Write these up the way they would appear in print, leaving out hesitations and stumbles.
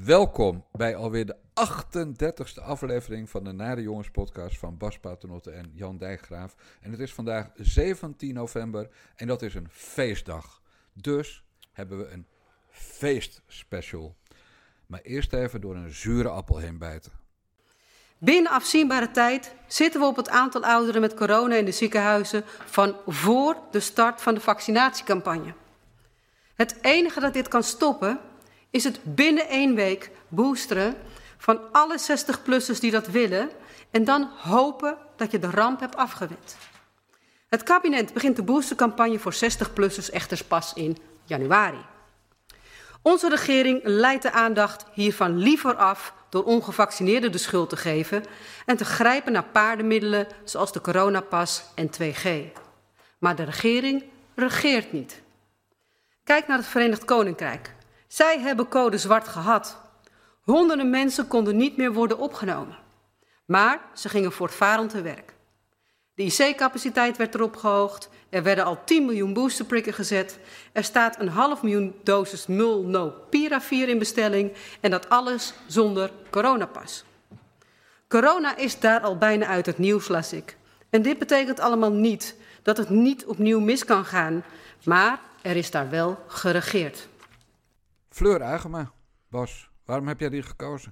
Welkom bij alweer de 38e aflevering van de Nare Jongens podcast van Bas Paternotte en Jan Dijkgraaf. En het is vandaag 17 november en dat is een feestdag. Dus hebben we een feestspecial. Maar eerst even door een zure appel heen bijten. Binnen afzienbare tijd zitten we op het aantal ouderen met corona in de ziekenhuizen van voor de start van de vaccinatiecampagne. Het enige dat dit kan stoppen is het binnen 1 week boosteren van alle 60-plussers die dat willen en dan hopen dat je de ramp hebt afgewend. Het kabinet begint de boostercampagne voor 60-plussers echter pas in januari. Onze regering leidt de aandacht hiervan liever af door ongevaccineerden de schuld te geven en te grijpen naar paardenmiddelen zoals de coronapas en 2G. Maar de regering regeert niet. Kijk naar het Verenigd Koninkrijk. Zij hebben code zwart gehad. Honderden mensen konden niet meer worden opgenomen. Maar ze gingen voortvarend te werk. De IC-capaciteit werd erop gehoogd. Er werden al 10 miljoen boosterprikken gezet. Er staat 500.000 doses Molnupiravir in bestelling. En dat alles zonder coronapas. Corona is daar al bijna uit het nieuws, las ik. En dit betekent allemaal niet dat het niet opnieuw mis kan gaan. Maar er is daar wel geregeerd. Fleur Agema, Bas, waarom heb jij die gekozen?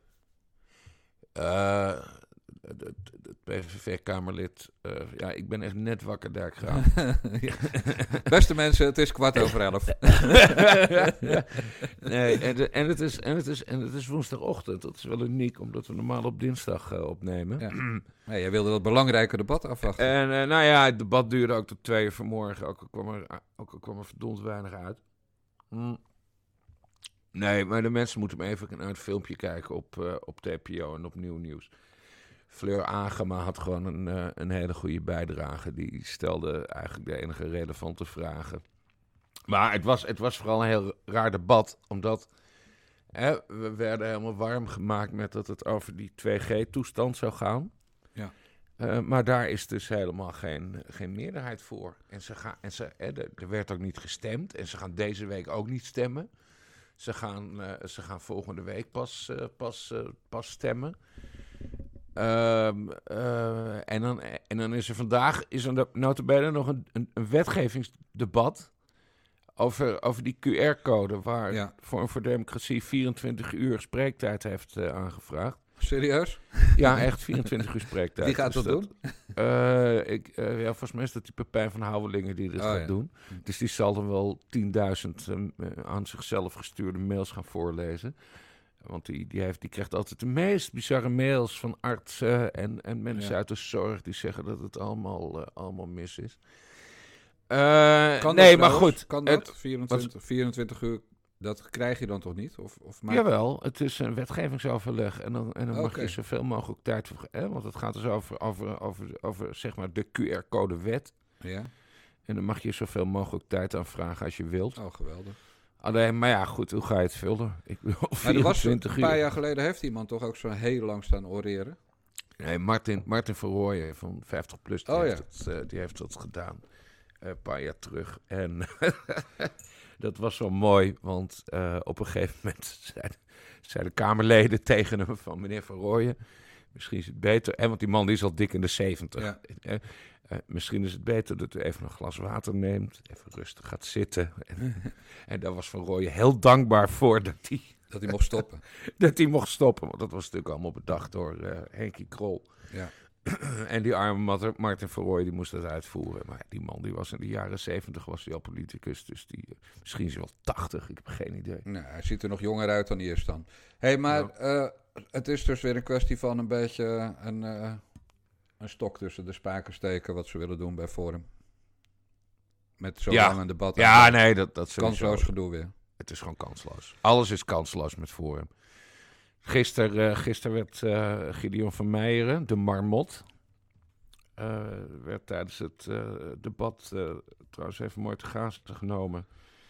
Het PVV-kamerlid. Ja, ik ben echt net wakker, Dijkgraaf. Beste mensen, het is 11:15. Nee, en het is woensdagochtend. Dat is wel uniek, omdat we normaal op dinsdag opnemen. Ja. Nee, jij wilde dat belangrijke debat afwachten. En het debat duurde ook tot 2 uur vanmorgen. Ook al kwam er verdomd weinig uit. Nee, maar de mensen moeten even naar het filmpje kijken op TPO en op Nieuw Nieuws. Fleur Agema had gewoon een hele goede bijdrage. Die stelde eigenlijk de enige relevante vragen. Maar het was vooral een heel raar debat. Omdat we werden helemaal warm gemaakt met dat het over die 2G-toestand zou gaan. Ja. Maar daar is dus helemaal geen meerderheid voor. Er werd ook niet gestemd. En ze gaan deze week ook niet stemmen. Ze gaan volgende week pas stemmen. En dan is er vandaag nota bene nog een wetgevingsdebat over die QR-code waar Vorm voor Democratie 24 uur spreektijd heeft aangevraagd. Serieus? Ja, echt 24 uur spreektijd. Wie gaat dat doen? Volgens mij is dat die Pepijn van Houwelingen die dat gaat doen. Dus die zal dan wel 10.000 aan zichzelf gestuurde mails gaan voorlezen. Want die krijgt altijd de meest bizarre mails van artsen en mensen uit de zorg die zeggen dat het allemaal mis is. Kan nee, dat maar trouwens? goed. Kan dat? 24 uur, dat krijg je dan toch niet? Jawel, het is een wetgevingsoverleg en dan mag je zoveel mogelijk tijd voor. Want het gaat dus over zeg maar de QR-code-wet. Ja. En dan mag je zoveel mogelijk tijd aanvragen als je wilt. Oh, geweldig. Alleen, maar ja, goed, hoe ga je het vullen? Ik bedoel, 24 uur. Een paar jaar geleden heeft iemand toch ook zo heel lang staan oreren? Nee, Martin van Rooyen van 50PLUS, die heeft dat gedaan. Een paar jaar terug. En dat was wel mooi, want op een gegeven moment zeiden Kamerleden tegen hem van meneer Van Rooyen, misschien is het beter, want die man die is al dik in de 70. Ja. Misschien is het beter dat u even een glas water neemt, even rustig gaat zitten. En daar was Van Rooyen heel dankbaar voor dat hij mocht stoppen. Dat hij mocht stoppen, want dat was natuurlijk allemaal bedacht door Henkie Krol. Ja. En die arme Martin van Rooyen die moest dat uitvoeren. Maar die man die was in de jaren 70 was hij al politicus. Dus misschien is hij wel 80, ik heb geen idee. Nou, hij ziet er nog jonger uit dan hij is dan. Maar het is dus weer een kwestie van een beetje een stok tussen de spaken steken wat ze willen doen bij Forum. Met zo'n lang een debat. Ja, nee, dat kansloos gedoe weer. Het is gewoon kansloos. Alles is kansloos met Forum. Gisteren werd Gideon van Meijeren, de marmot, werd tijdens het debat trouwens even mooi te grazen genomen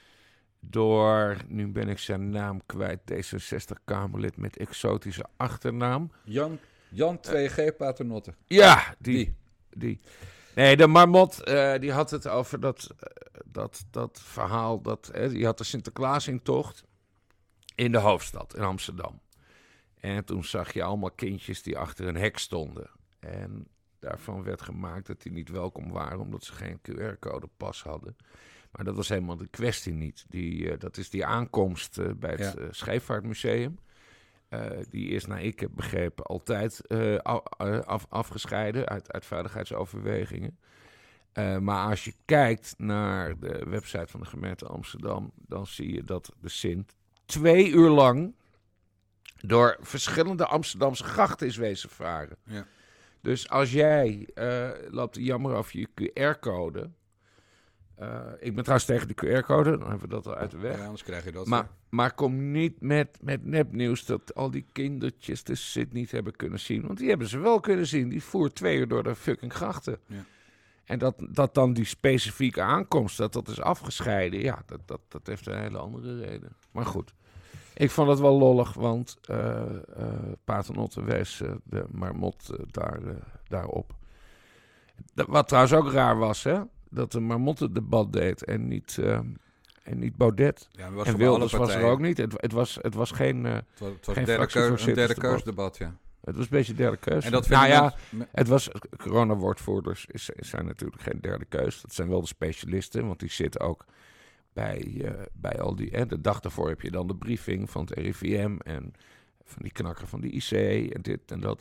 door, nu ben ik zijn naam kwijt, D66-Kamerlid met exotische achternaam. Jan 2G Paternotte. Ja, die. Nee, de marmot, die had het over dat verhaal, die had de Sinterklaasintocht. In de hoofdstad, in Amsterdam. En toen zag je allemaal kindjes die achter een hek stonden. En daarvan werd gemaakt dat die niet welkom waren, omdat ze geen QR-code pas hadden. Maar dat was helemaal de kwestie niet. Dat is die aankomst bij het Scheepvaartmuseum. Die is, naar ik heb begrepen, altijd afgescheiden uit veiligheidsoverwegingen. Maar als je kijkt naar de website van de gemeente Amsterdam, dan zie je dat de Sint 2 uur lang door verschillende Amsterdamse grachten is wezen varen. Ja. Dus als jij loopt te jammeren over je QR-code. Ik ben trouwens tegen de QR-code, dan hebben we dat al uit de weg. Ja, anders krijg je dat. Maar kom niet met nepnieuws dat al die kindertjes de Sint niet hebben kunnen zien. Want die hebben ze wel kunnen zien. Die voert 2 uur door de fucking grachten. Ja. En dat dan die specifieke aankomst, dat is afgescheiden. Ja, dat heeft een hele andere reden. Maar goed, ik vond het wel lollig, want Paternotte wees de marmot daarop. Wat trouwens ook raar was, hè? Dat de marmot het debat deed en niet Baudet. Ja, en Wilders was er ook niet. Het was geen een derde keusdebat, ja. Het was een beetje derde keus. En dat het was corona-woordvoerders zijn natuurlijk geen derde keus. Dat zijn wel de specialisten, want die zitten ook bij al die. De dag daarvoor heb je dan de briefing van het RIVM en van die knakker van de IC en dit en dat.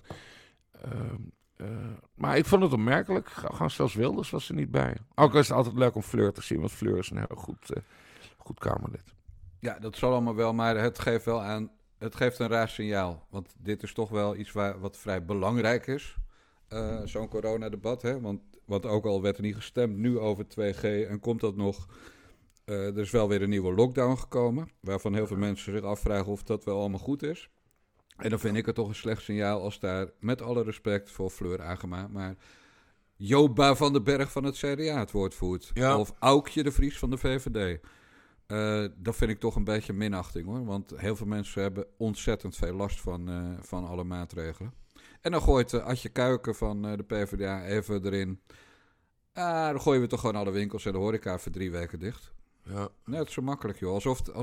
Maar ik vond het opmerkelijk. Gewoon zelfs Wilders was er niet bij. Ook is het altijd leuk om Fleur te zien, want Fleur is een heel goed Kamerlid. Ja, dat zal allemaal wel, maar het geeft wel aan. Het geeft een raar signaal, want dit is toch wel iets wat vrij belangrijk is. Zo'n coronadebat, hè? Want ook al werd er niet gestemd nu over 2G en komt dat nog. Er is wel weer een nieuwe lockdown gekomen, waarvan heel veel mensen zich afvragen of dat wel allemaal goed is. En dan vind ik het toch een slecht signaal als daar, met alle respect voor Fleur Agema, maar Joba van den Berg van het CDA het woord voert. Ja. Of Aukje de Vries van de VVD. Dat vind ik toch een beetje minachting, hoor. Want heel veel mensen hebben ontzettend veel last van alle maatregelen. En dan gooit Adje Kuiken van de PvdA even erin. Dan gooien we toch gewoon alle winkels en de horeca voor 3 weken dicht. Ja. Net zo makkelijk, joh.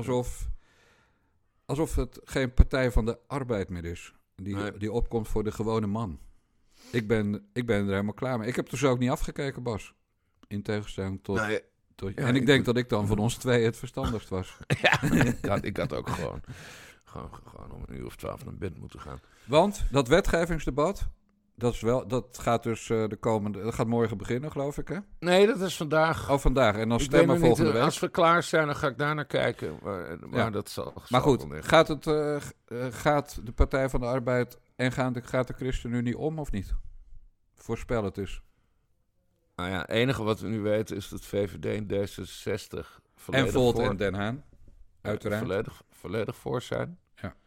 Alsof het geen Partij van de Arbeid meer is. Die opkomt voor de gewone man. Ik ben er helemaal klaar mee. Ik heb dus ook niet afgekeken, Bas. In tegenstelling tot... Nee. En ik denk dat ik dan van ons 2 het verstandigst was. Ja, ik had ook gewoon om 1:12 naar bed moeten gaan. Want dat wetgevingsdebat, dat gaat dus dat gaat morgen beginnen, geloof ik, hè? Nee, dat is vandaag. Oh, vandaag. En dan stemmen volgende week. Als we klaar zijn, dan ga ik daar naar kijken. Maar dat zal. Maar goed, gaat de Partij van de Arbeid en gaat de ChristenUnie om of niet? Voorspel het dus. Nou ja, het enige wat we nu weten is dat VVD en D66... En Volt en Den Haan, uiteraard. Volledig voor zijn. Ja.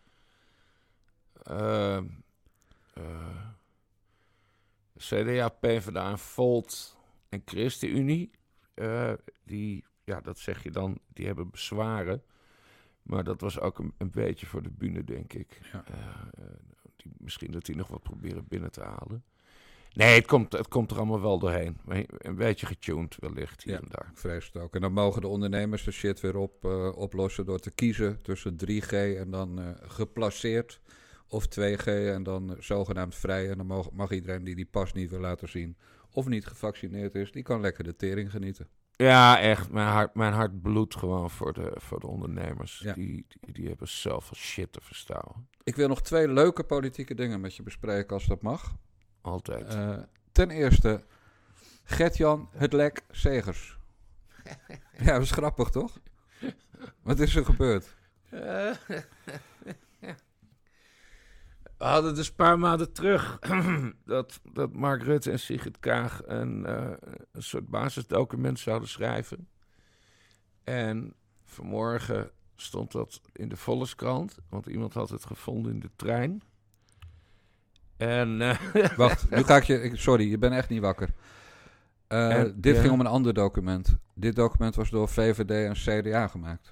CDA, PvdA en Volt en ChristenUnie... dat zeg je dan, die hebben bezwaren. Maar dat was ook een beetje voor de bühne, denk ik. Ja. Misschien dat die nog wat proberen binnen te halen. Nee, het komt er allemaal wel doorheen. Een beetje getuned wellicht hier en daar. Ik vrees het ook. En dan mogen de ondernemers de shit weer oplossen door te kiezen tussen 3G en dan geplaceerd of 2G en dan zogenaamd vrij. En dan mag iedereen die pas niet wil laten zien of niet gevaccineerd is, die kan lekker de tering genieten. Ja, echt. Mijn hart bloedt gewoon voor de ondernemers. Ja. Die hebben zelf shit te verstaan. Ik wil nog 2 leuke politieke dingen met je bespreken als dat mag. Altijd. Ten eerste, Gert-Jan het Lek Segers. Ja, dat is grappig, toch? Wat is er gebeurd? We hadden dus een paar maanden terug dat Mark Rutte en Sigrid Kaag een soort basisdocument zouden schrijven. En vanmorgen stond dat in de Volkskrant, want iemand had het gevonden in de trein. En, Wacht, nu ga ik je... Sorry, je bent echt niet wakker. Dit ging om een ander document. Dit document was door VVD en CDA gemaakt.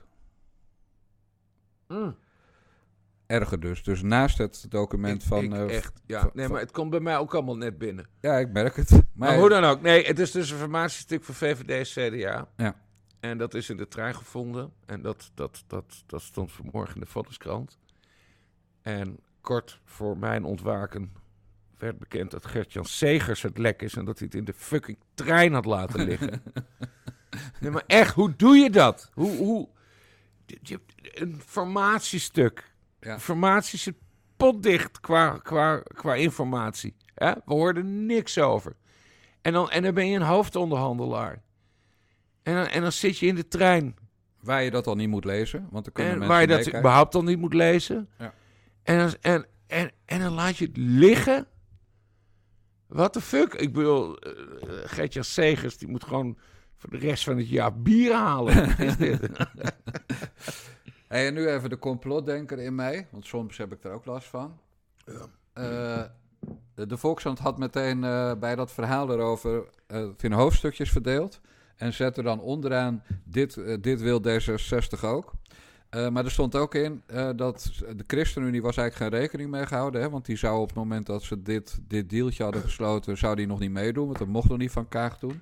Erger dus. Dus naast het document van... maar het komt bij mij ook allemaal net binnen. Ja, ik merk het. Maar hoe dan ook. Nee, het is dus een formatiestuk voor VVD en CDA. Ja. En dat is in de trein gevonden. En dat stond vanmorgen in de Volkskrant. En kort voor mijn ontwaken werd bekend dat Gert-Jan Segers het lek is... en dat hij het in de fucking trein had laten liggen. Nee, maar echt, hoe doe je dat? Een formatiestuk. Ja. Informatie zit potdicht qua informatie. Hè? We hoorden niks over. En dan ben je een hoofdonderhandelaar. En dan zit je in de trein. Waar je dat al niet moet lezen. Want dan kunnen mensen waar je dat meekijken. überhaupt al niet moet lezen. Ja. En dan laat je het liggen. What the fuck? Ik bedoel, Gert-Jan Segers, die moet gewoon voor de rest van het jaar bier halen. Is dit? Hey, en nu even de complotdenker in mij. Want soms heb ik er ook last van. Ja. De Volkskrant had meteen bij dat verhaal erover het in hoofdstukjes verdeeld. En zette dan onderaan, dit wil D66 ook. Maar er stond ook in dat de ChristenUnie was eigenlijk geen rekening mee gehouden. Hè, want die zou op het moment dat ze dit dealtje hadden gesloten, zou die nog niet meedoen. Want dat mocht nog niet van Kaag doen.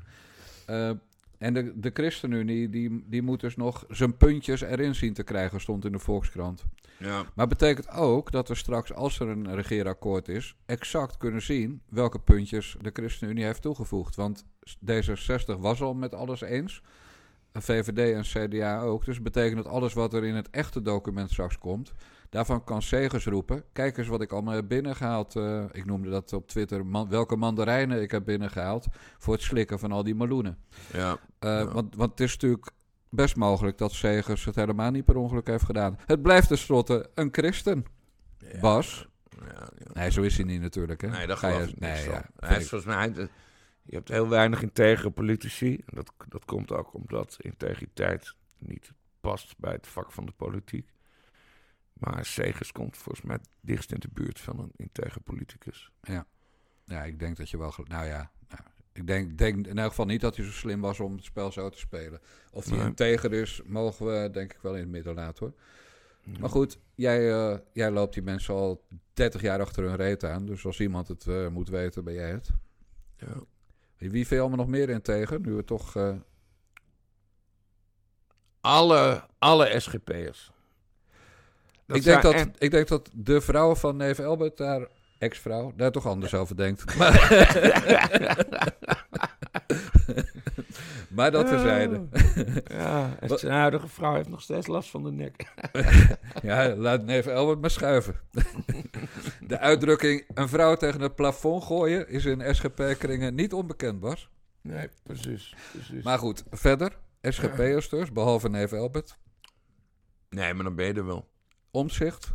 En de ChristenUnie, die moet dus nog zijn puntjes erin zien te krijgen, stond in de Volkskrant. Ja. Maar betekent ook dat we straks, als er een regeerakkoord is, exact kunnen zien welke puntjes de ChristenUnie heeft toegevoegd. Want D66 was al met alles eens. VVD en CDA ook. Dus betekent dat alles wat er in het echte document straks komt, daarvan kan Segers roepen. Kijk eens wat ik allemaal heb binnengehaald. Ik noemde dat op Twitter. Welke mandarijnen ik heb binnengehaald voor het slikken van al die meloenen. Ja. Want het is natuurlijk best mogelijk dat Segers het helemaal niet per ongeluk heeft gedaan. Het blijft tenslotte een christen. Ja. Bas. Ja. Nee, zo is hij niet natuurlijk. Hè? Nee, dat geloof ik niet. Hij is volgens mij... Je hebt heel weinig integere politici. En dat komt ook omdat integriteit niet past bij het vak van de politiek. Maar Segers komt volgens mij het dichtst in de buurt van een integer politicus. Ja, ik denk dat je wel... ik denk in elk geval niet dat hij zo slim was om het spel zo te spelen. Of hij integer is, mogen we denk ik wel in het midden laten hoor. Ja. Maar goed, jij loopt die mensen al 30 jaar achter hun reet aan. Dus als iemand het moet weten, ben jij het. Ja. Wie vind je allemaal nog meer integer? Nu we toch... Alle SGP'ers. Ik denk dat de vrouw van neef Elbert, haar ex-vrouw, daar toch anders over denkt. Maar dat terzijde. Ja, zijn huidige vrouw heeft nog steeds last van de nek. Ja, laat neef Elbert maar schuiven. De uitdrukking een vrouw tegen het plafond gooien is in SGP-kringen niet onbekend, Bas. Nee, precies. Maar goed, verder, SGP'ers dus, behalve neef Elbert. Nee, maar dan ben je er wel. Omtzigt.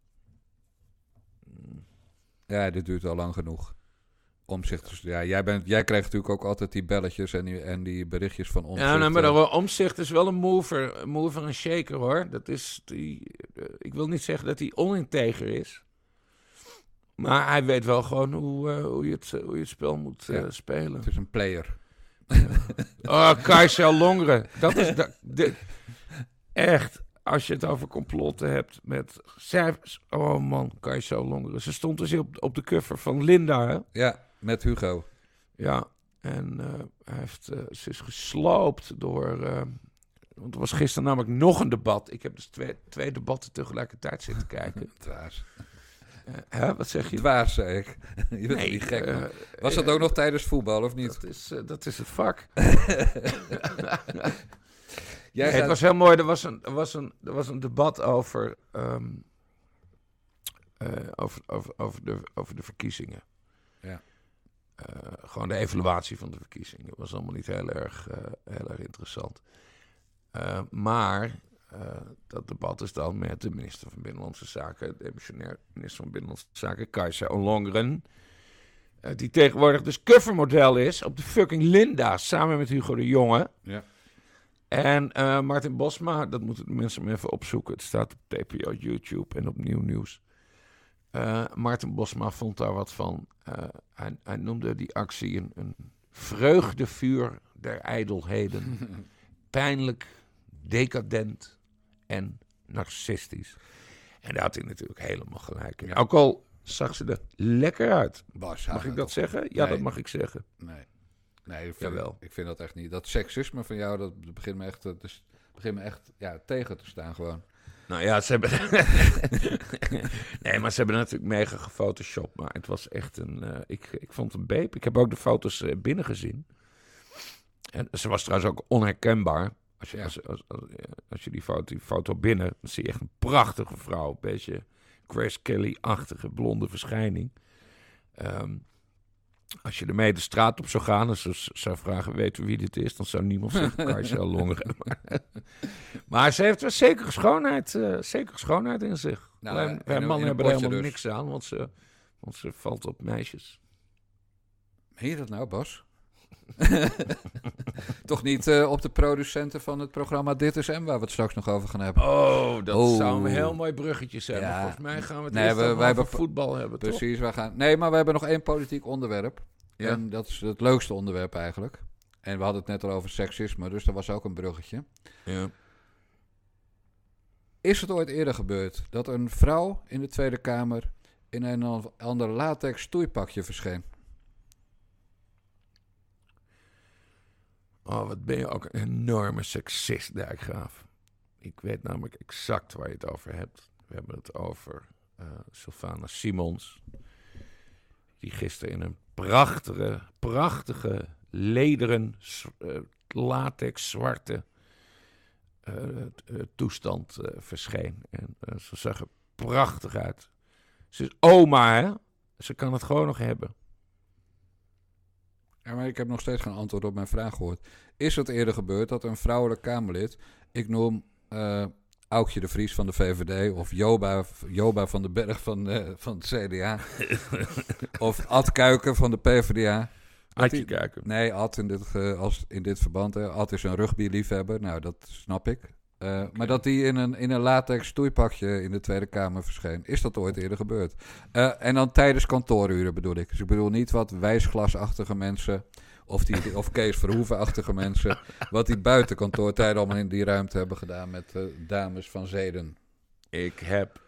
Ja, dit duurt al lang genoeg. Omtzigt. Dus, ja, jij kreeg natuurlijk ook altijd die belletjes en die berichtjes van Omtzigt. Ja, maar Omtzigt is wel een mover en shaker hoor. Dat is ik wil niet zeggen dat hij oninteger is. Maar hij weet wel gewoon hoe je het spel moet spelen. Het is een player. Kajsa Longren. Dat is echt... Als je het over complotten hebt met cijfers. Oh man, Kajsa Longren. Ze stond dus op de cover van Linda, hè? Ja, met Hugo. Ja, en ze is gesloopt door... want er was gisteren namelijk nog een debat. Ik heb dus twee debatten tegelijkertijd zitten kijken. Dwaas. Wat zeg je? Dwaas, zei ik. Je bent niet gek, man. Was dat ook nog tijdens voetbal, of niet? Dat is het vak. Nee, het was heel mooi. Er was een debat over de verkiezingen. Ja. Gewoon de evaluatie van de verkiezingen. Dat was allemaal niet heel erg interessant. Maar dat debat is dan met de minister van Binnenlandse Zaken, demissionair minister van Binnenlandse Zaken, Kajsa Ollongren. Die tegenwoordig dus covermodel is op de fucking Linda, samen met Hugo de Jonge. Ja. En Martin Bosma, dat moeten de mensen maar even opzoeken. Het staat op TPO, YouTube en op Nieuw Nieuws. Martin Bosma vond daar wat van. Hij noemde die actie een vreugdevuur der ijdelheden. Pijnlijk, decadent en narcistisch. En daar had hij natuurlijk helemaal gelijk in. Ja. Ook al zag ze er lekker uit. Bas, mag ik dat zeggen? Ja, nee. Dat mag ik zeggen. Nee. Nee, ik vind dat echt niet. Dat seksisme van jou, dat begint me echt tegen te staan gewoon. Nou ja, ze hebben... nee, maar ze hebben natuurlijk mega gefotoshopt. Maar het was echt een... Ik vond het een beep. Ik heb ook de foto's binnen gezien. En ze was trouwens ook onherkenbaar. Als je die foto binnen... dan zie je echt een prachtige vrouw. Een beetje Grace Kelly-achtige blonde verschijning. Als je ermee de straat op zou gaan... en ze zou vragen, weet u wie dit is... dan zou niemand zeggen, Kajsa Longeren. Maar ze heeft wel zekere schoonheid in zich. Nou, wij mannen hebben er helemaal niks aan... want ze valt op meisjes. Meen je dat nou, Bas? Toch niet op de producenten van het programma Dit is M... waar we het straks nog over gaan hebben. Oh, dat zou een heel mooi bruggetje zijn. Ja. Volgens mij gaan we het over voetbal hebben, toch? Precies, maar we hebben nog 1 politiek onderwerp. Ja. En dat is het leukste onderwerp eigenlijk. En we hadden het net al over seksisme, dus dat was ook een bruggetje. Ja. Is het ooit eerder gebeurd dat een vrouw in de Tweede Kamer... in een ander latex stoeipakje verscheen? Oh, wat ben je ook een enorme seksist, Dijkgraaf. Ik weet namelijk exact waar je het over hebt. We hebben het over Sylvana Simons. Die gisteren in een prachtige lederen, latex zwarte toestand verscheen. En ze zag er prachtig uit. Ze is oma, hè? Ze kan het gewoon nog hebben. Ja, maar ik heb nog steeds geen antwoord op mijn vraag gehoord. Is het eerder gebeurd dat een vrouwelijk Kamerlid... ik noem Aukje de Vries van de VVD... of Joba van den Berg van het CDA... of Ad Kuiken van de PvdA... Adje Kuiken. Nee, Ad in dit verband. Ad is een rugbyliefhebber, nou dat snap ik. Okay. Maar dat die in een latex stoeipakje in de Tweede Kamer verscheen... is dat ooit eerder gebeurd. En dan tijdens kantooruren bedoel ik. Dus ik bedoel niet wat wijsglasachtige mensen... of Kees Verhoeven-achtige mensen... wat die buiten kantoortijden allemaal in die ruimte hebben gedaan... met dames van Zeden. Ik heb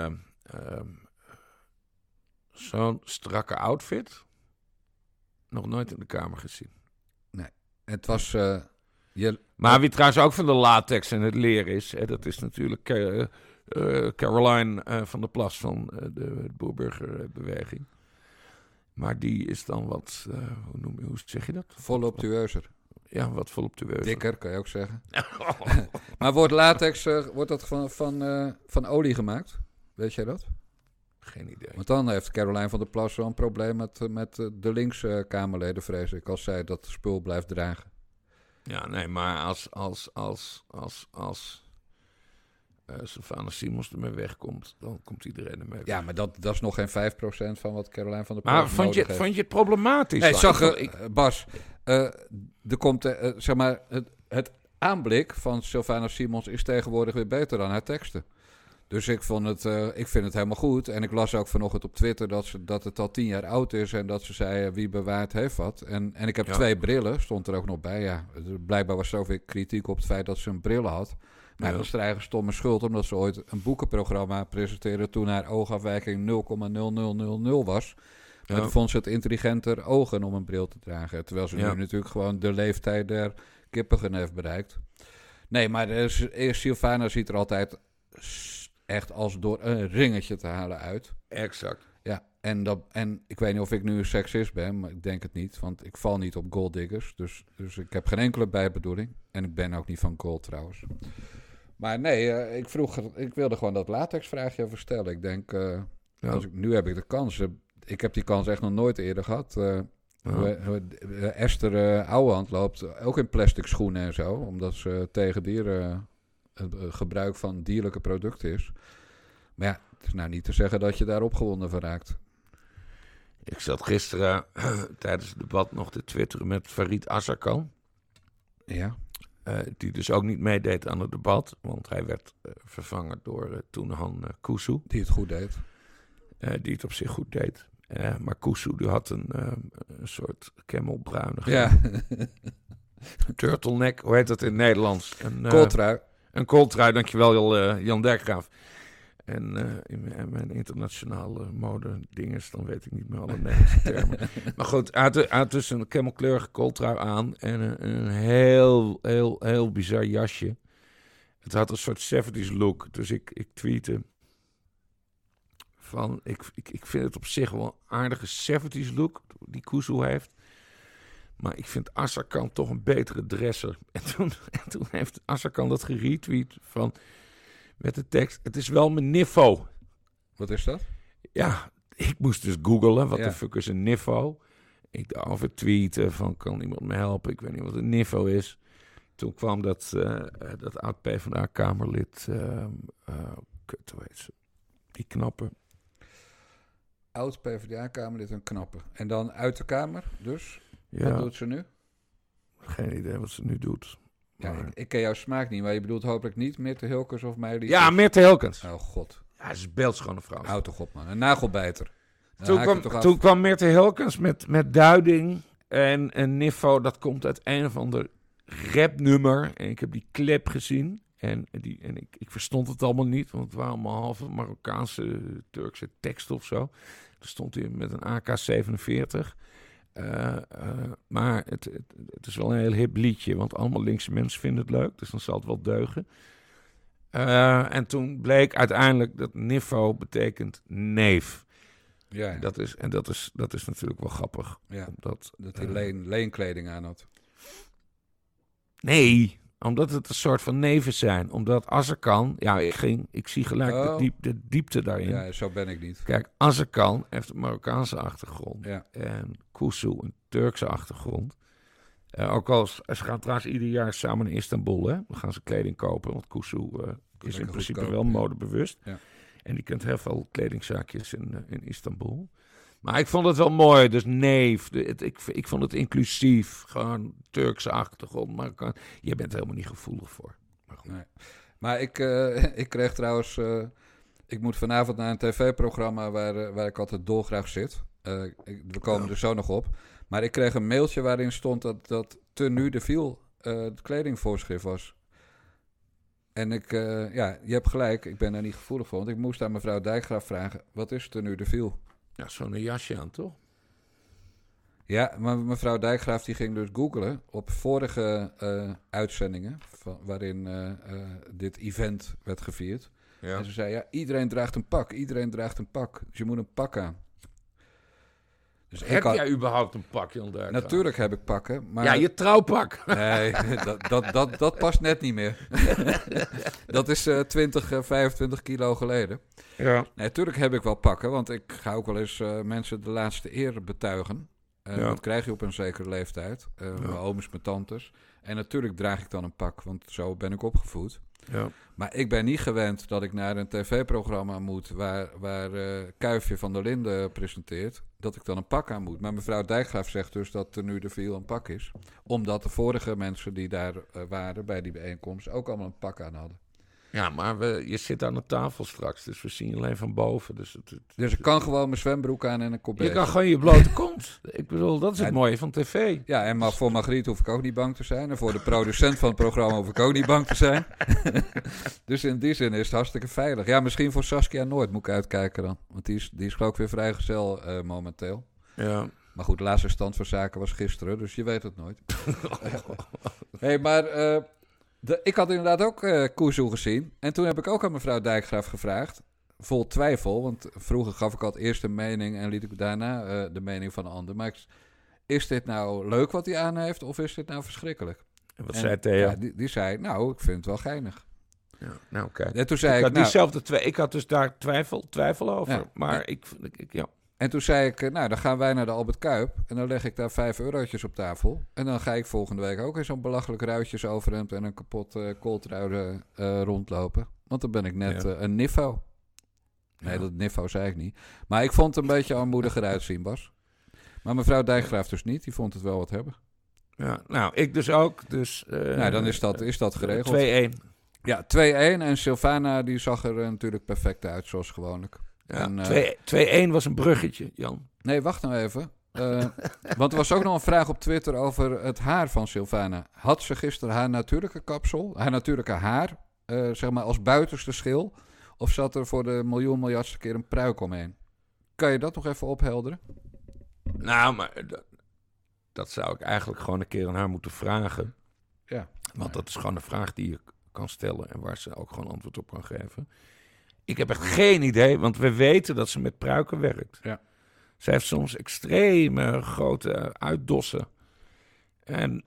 zo'n strakke outfit... nog nooit in de Kamer gezien. Nee, het was... Maar wie trouwens ook van de latex en het leer is... dat is natuurlijk Caroline van der Plas van de Boerburgerbeweging. Maar die is dan wat... hoe zeg je dat? Voluptueuzer. Ja, wat voluptueuzer. Dikker, kan je ook zeggen. Maar wordt latex wordt dat van olie gemaakt? Weet jij dat? Geen idee. Want dan heeft Caroline van der Plas wel een probleem met de linkse Kamerleden, vrees ik... als zij dat spul blijft dragen. Ja, nee, maar als Sylvana Simons ermee wegkomt, dan komt iedereen ermee weg. Ja, maar dat is nog geen 5% van wat Caroline van der Plas nodig heeft. Maar vond je het problematisch? Nee, Bas, er komt, zeg maar, het aanblik van Sylvana Simons is tegenwoordig weer beter dan haar teksten. Dus ik vind het helemaal goed. En ik las ook vanochtend op Twitter dat het al 10 jaar oud is... en dat ze zei, wie bewaard heeft wat. En ik heb 2 brillen, stond er ook nog bij. Ja, blijkbaar was er zoveel kritiek op het feit dat ze een bril had. Maar dat was haar eigen stomme schuld... omdat ze ooit een boekenprogramma presenteerde... toen haar oogafwijking 0,0000 was. Maar toen vond ze het intelligenter ogen om een bril te dragen. Terwijl ze nu natuurlijk gewoon de leeftijd der kippigen heeft bereikt. Nee, maar Sylvana ziet er altijd... echt als door een ringetje te halen uit. Exact. Ja, en ik weet niet of ik nu een seksist ben, maar ik denk het niet. Want ik val niet op golddiggers. Dus ik heb geen enkele bijbedoeling. En ik ben ook niet van gold trouwens. Maar nee, ik wilde gewoon dat latexvraagje even stellen. Ik denk, nu heb ik de kans. Ik heb die kans echt nog nooit eerder gehad. Esther Ouwehand loopt ook in plastic schoenen en zo. Omdat ze tegen dieren... het gebruik van dierlijke producten is. Maar ja, het is nou niet te zeggen dat je daar opgewonden van raakt. Ik zat gisteren tijdens het debat nog te twitteren met Farid Azarkan. Ja. Die dus ook niet meedeed aan het debat. Want hij werd vervangen door Toenhan Kuzu. Die het goed deed. Die het op zich goed deed. Maar Kuzu die had een soort camelbruinige... Ja. turtleneck, hoe heet dat in het Nederlands? Kooltrui. Een kooltrui, dankjewel Jan Dijkgraaf. En in mijn internationale mode dinges, dan weet ik niet meer alle Nederlandse termen. Maar goed, hij had dus een camelkleurige kooltrui aan en een heel bizar jasje. Het had een soort 70s look, dus ik tweette van, ik vind het op zich wel een aardige 70s look die Kuzu heeft. Maar ik vind Azarkan toch een betere dresser. En toen heeft Azarkan dat geretweet van... met de tekst, het is wel mijn niffo. Wat is dat? Ja, ik moest dus googlen. Wat de fuck is een niffo? Ik daarover tweeten van, kan iemand me helpen? Ik weet niet wat een niffo is. Toen kwam dat oud-PvdA-kamerlid... hoe heet ze? Die knappe. Oud-PvdA-kamerlid en knappe. En dan uit de Kamer, dus? Ja. Wat doet ze nu? Geen idee wat ze nu doet. Ja, ik ken jouw smaak niet, maar je bedoelt hopelijk niet Mirte Hilkens of mij? Ja, Mirte Hilkens. Oh god. Ja, ze is beeldschone vrouw. Houd toch op, man. Een nagelbijter. Toen kwam Mirte Hilkens met duiding en een niffo. Dat komt uit een of ander rapnummer. En ik heb die clip gezien. En ik verstond het allemaal niet, want het waren allemaal halve Marokkaanse, Turkse tekst of zo. Er stond hij met een AK-47. Maar het is wel een heel hip liedje, want allemaal linkse mensen vinden het leuk, dus dan zal het wel deugen. En toen bleek uiteindelijk dat niffo betekent neef. Ja. Dat is natuurlijk wel grappig. Ja, dat hij leenkleding aan had. Nee, omdat het een soort van neven zijn. Omdat Azarkan... Ja, ik zie gelijk de diepte daarin. Ja, zo ben ik niet. Kijk, Azarkan heeft een Marokkaanse achtergrond. Ja. En Kuzu een Turkse achtergrond. Ook al ze gaan trouwens ieder jaar samen in Istanbul. Hè? Dan gaan ze kleding kopen. Want Kuzu is in principe wel modebewust. Ja. En die kent heel veel kledingzaakjes in Istanbul. Maar ik vond het wel mooi, dus neef. Ik vond het inclusief. Gewoon Turkse achtergrond. Maar je bent er helemaal niet gevoelig voor. Maar goed. Nee. Maar ik kreeg trouwens... ik moet vanavond naar een tv-programma waar ik altijd dolgraag zit. We komen er zo nog op. Maar ik kreeg een mailtje waarin stond dat tenue de viel het kledingvoorschrift was. En je hebt gelijk, ik ben daar niet gevoelig voor. Want ik moest aan mevrouw Dijkgraaf vragen, wat is tenue de viel? Ja, zo'n jasje aan, toch? Ja, maar mevrouw Dijkgraaf die ging dus googlen op vorige uitzendingen... waarin dit event werd gevierd. Ja. En ze zei, ja, iedereen draagt een pak. Dus je moet een pak aan. Dus heb jij überhaupt een pak, Jan Dijkgraaf? Natuurlijk heb ik pakken. Maar... Ja, je trouwpak. Nee, dat past net niet meer. Dat is 25 kilo geleden. Ja. Nee, natuurlijk heb ik wel pakken, want ik ga ook wel eens mensen de laatste eer betuigen. Dat krijg je op een zekere leeftijd. Mijn ooms, mijn tantes. En natuurlijk draag ik dan een pak, want zo ben ik opgevoed. Ja. Maar ik ben niet gewend dat ik naar een tv-programma moet waar Kuifje van der Linden presenteert, dat ik dan een pak aan moet. Maar mevrouw Dijkgraaf zegt dus dat er nu de veel een pak is. Omdat de vorige mensen die daar waren bij die bijeenkomst ook allemaal een pak aan hadden. Ja, maar je zit aan de tafel straks, dus we zien alleen van boven. Dus ik kan gewoon mijn zwembroek aan en een kop Je kan gewoon je blote kont. Ik bedoel, dat is het mooie van tv. Ja, en voor Margriet hoef ik ook niet bang te zijn. En voor de producent van het programma hoef ik ook niet bang te zijn. Dus in die zin is het hartstikke veilig. Ja, misschien voor Saskia Noord moet ik uitkijken dan. Want die is geloof ik weer vrijgezel momenteel. Ja. Maar goed, de laatste stand van zaken was gisteren, dus je weet het nooit. Hey, maar... ik had inderdaad ook Kuzu gezien. En toen heb ik ook aan mevrouw Dijkgraaf gevraagd. Vol twijfel, want vroeger gaf ik altijd eerst een mening en liet ik daarna de mening van een ander. Maar is dit nou leuk wat hij aan heeft of is dit nou verschrikkelijk? En wat zei Theo? Ja, die zei, nou, ik vind het wel geinig. Ja, nou, kijk. En toen zei ik had dus daar twijfel over. Ja, maar ja. En toen zei ik, nou, dan gaan wij naar de Albert Kuip. En dan leg ik daar 5 eurotjes op tafel. En dan ga ik volgende week ook in zo'n belachelijk ruitjesoverhemd en een kapot kooltrui rondlopen. Want dan ben ik net een niffo. Nee, dat niffo zei ik niet. Maar ik vond het een beetje armoediger uitzien, Bas. Maar mevrouw Dijkgraaf dus niet. Die vond het wel wat hebben. Ja, nou, ik dus ook. Dus, nou, dan is dat geregeld. 2-1. Ja, 2-1. En Sylvana, die zag er natuurlijk perfect uit, zoals gewoonlijk. Ja, 2-1 was een bruggetje, Jan. Nee, wacht nou even. Want er was ook nog een vraag op Twitter over het haar van Sylvana. Had ze gisteren haar natuurlijke kapsel, haar natuurlijke haar, zeg maar als buitenste schil? Of zat er voor de miljardste keer een pruik omheen? Kan je dat nog even ophelderen? Nou, maar dat zou ik eigenlijk gewoon een keer aan haar moeten vragen. Ja. Want dat is gewoon een vraag die je kan stellen en waar ze ook gewoon antwoord op kan geven. Ik heb echt geen idee, want we weten dat ze met pruiken werkt. Ja. Ze heeft soms extreme grote uitdossen. En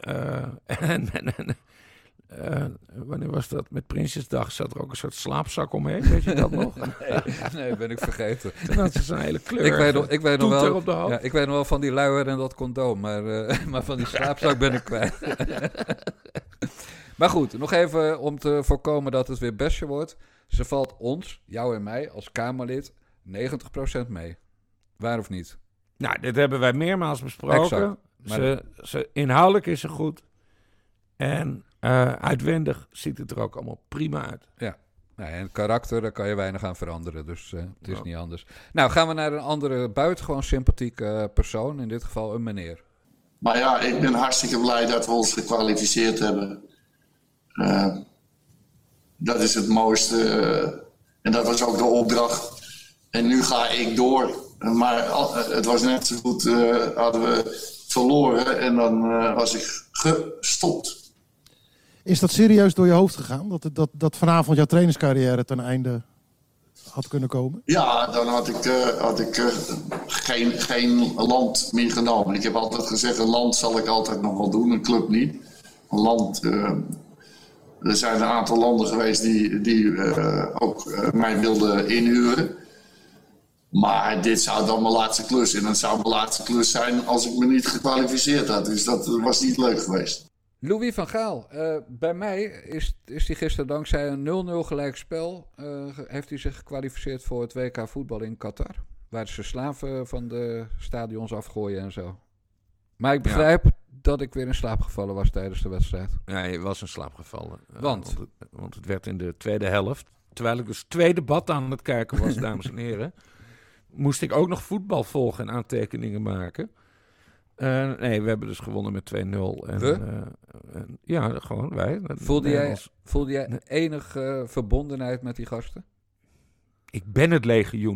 wanneer was dat? Met Prinsjesdag zat er ook een soort slaapzak omheen. Weet je dat nog? Nee, ben ik vergeten. Toen had ze zo'n hele kleur. Ik weet nog wel. Op de hoofd. Ja, ik weet nog wel van die luier en dat condoom. Maar van die slaapzak ben ik kwijt. Maar goed, nog even om te voorkomen dat het weer bestje wordt. Ze valt ons, jou en mij, als Kamerlid 90% mee. Waar of niet? Nou, dit hebben wij meermaals besproken. Exact. Inhoudelijk is ze goed. En uitwendig ziet het er ook allemaal prima uit. Ja. Nou, en karakter, daar kan je weinig aan veranderen. Dus het is niet anders. Nou, gaan we naar een andere buitengewoon sympathieke persoon. In dit geval een meneer. Maar ja, ik ben hartstikke blij dat we ons gekwalificeerd hebben. Dat is het mooiste. En dat was ook de opdracht. En nu ga ik door. Maar het was net zo goed, hadden we verloren en dan was ik gestopt. Is dat serieus door je hoofd gegaan? Dat vanavond jouw trainerscarrière ten einde had kunnen komen? Ja, dan had ik geen land meer genomen. Ik heb altijd gezegd, een land zal ik altijd nog wel doen, een club niet. Een land... Er zijn een aantal landen geweest die ook mij wilden inhuren. Maar dit zou dan mijn laatste klus. En dat zou mijn laatste klus zijn als ik me niet gekwalificeerd had. Dus dat was niet leuk geweest. Louis van Gaal. Bij mij is hij gisteren dankzij een 0-0 gelijkspel... heeft hij zich gekwalificeerd voor het WK voetbal in Qatar. Waar ze slaven van de stadions afgooien en zo. Maar ik begrijp dat ik weer in slaap gevallen was tijdens de wedstrijd. Ja, je was in slaap gevallen. Want het werd in de tweede helft. Terwijl ik dus 2 debatten aan het kijken was, dames en heren... moest ik ook nog voetbal volgen en aantekeningen maken. Nee, we hebben dus gewonnen met 2-0. Ja, gewoon wij. Voelde jij enige verbondenheid met die gasten? Ik ben het legioen.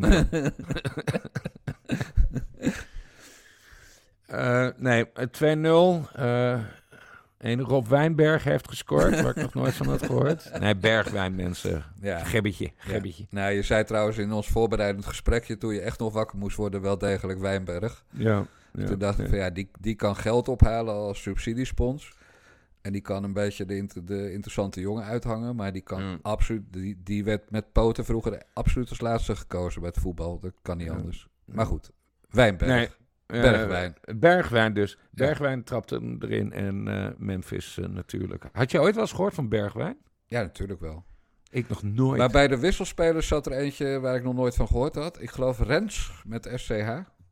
Nee, 2-0. En Rob Wijnberg heeft gescoord, waar ik nog nooit van had gehoord. Nee, Bergwijn, mensen. Ja. Gebbetje. Ja. Nou, je zei trouwens in ons voorbereidend gesprekje... toen je echt nog wakker moest worden, wel degelijk Wijnberg. Ja. Toen dacht ik van die kan geld ophalen als subsidiespons. En die kan een beetje de interessante jongen uithangen. Maar die kan absoluut... Die werd met poten vroeger absoluut als laatste gekozen bij het voetbal. Dat kan niet anders. Maar goed, Wijnberg. Nee. Bergwijn dus. Bergwijn trapte hem erin en Memphis natuurlijk. Had je ooit wel eens gehoord van Bergwijn? Ja, natuurlijk wel. Ik nog nooit. Maar bij de wisselspelers zat er eentje waar ik nog nooit van gehoord had. Ik geloof Rens met SCH.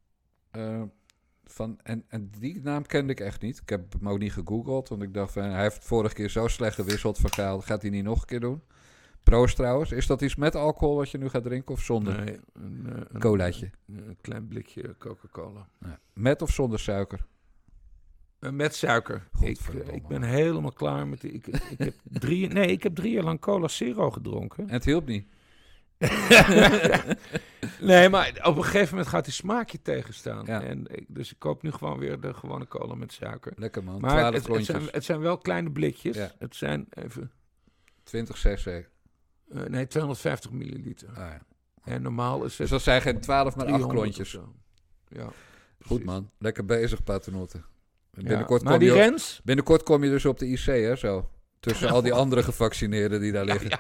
En die naam kende ik echt niet. Ik heb hem ook niet gegoogeld, want ik dacht van... hij heeft vorige keer zo slecht gewisseld van Gaal. Gaat hij niet nog een keer doen? Proost trouwens. Is dat iets met alcohol wat je nu gaat drinken of zonder? Nee, een colaatje. Een klein blikje Coca-Cola. Ja. Met of zonder suiker? Met suiker. Ik ben helemaal klaar met... Ik heb 3 jaar lang Cola Zero gedronken. En het hielp niet? Nee, maar op een gegeven moment gaat die smaakje tegenstaan. Ja. Dus ik koop nu gewoon weer de gewone cola met suiker. Lekker man, maar 12 rondjes. Het zijn wel kleine blikjes. Ja. Het zijn even... 20 cc. Nee, 250 milliliter. Ah, ja. En normaal is het... Dus dat zijn geen 12, maar 8 klontjes. Ja, goed man, lekker bezig Paternotte. Binnenkort kom je dus op de IC, hè, zo. Tussen al die andere gevaccineerden die daar liggen.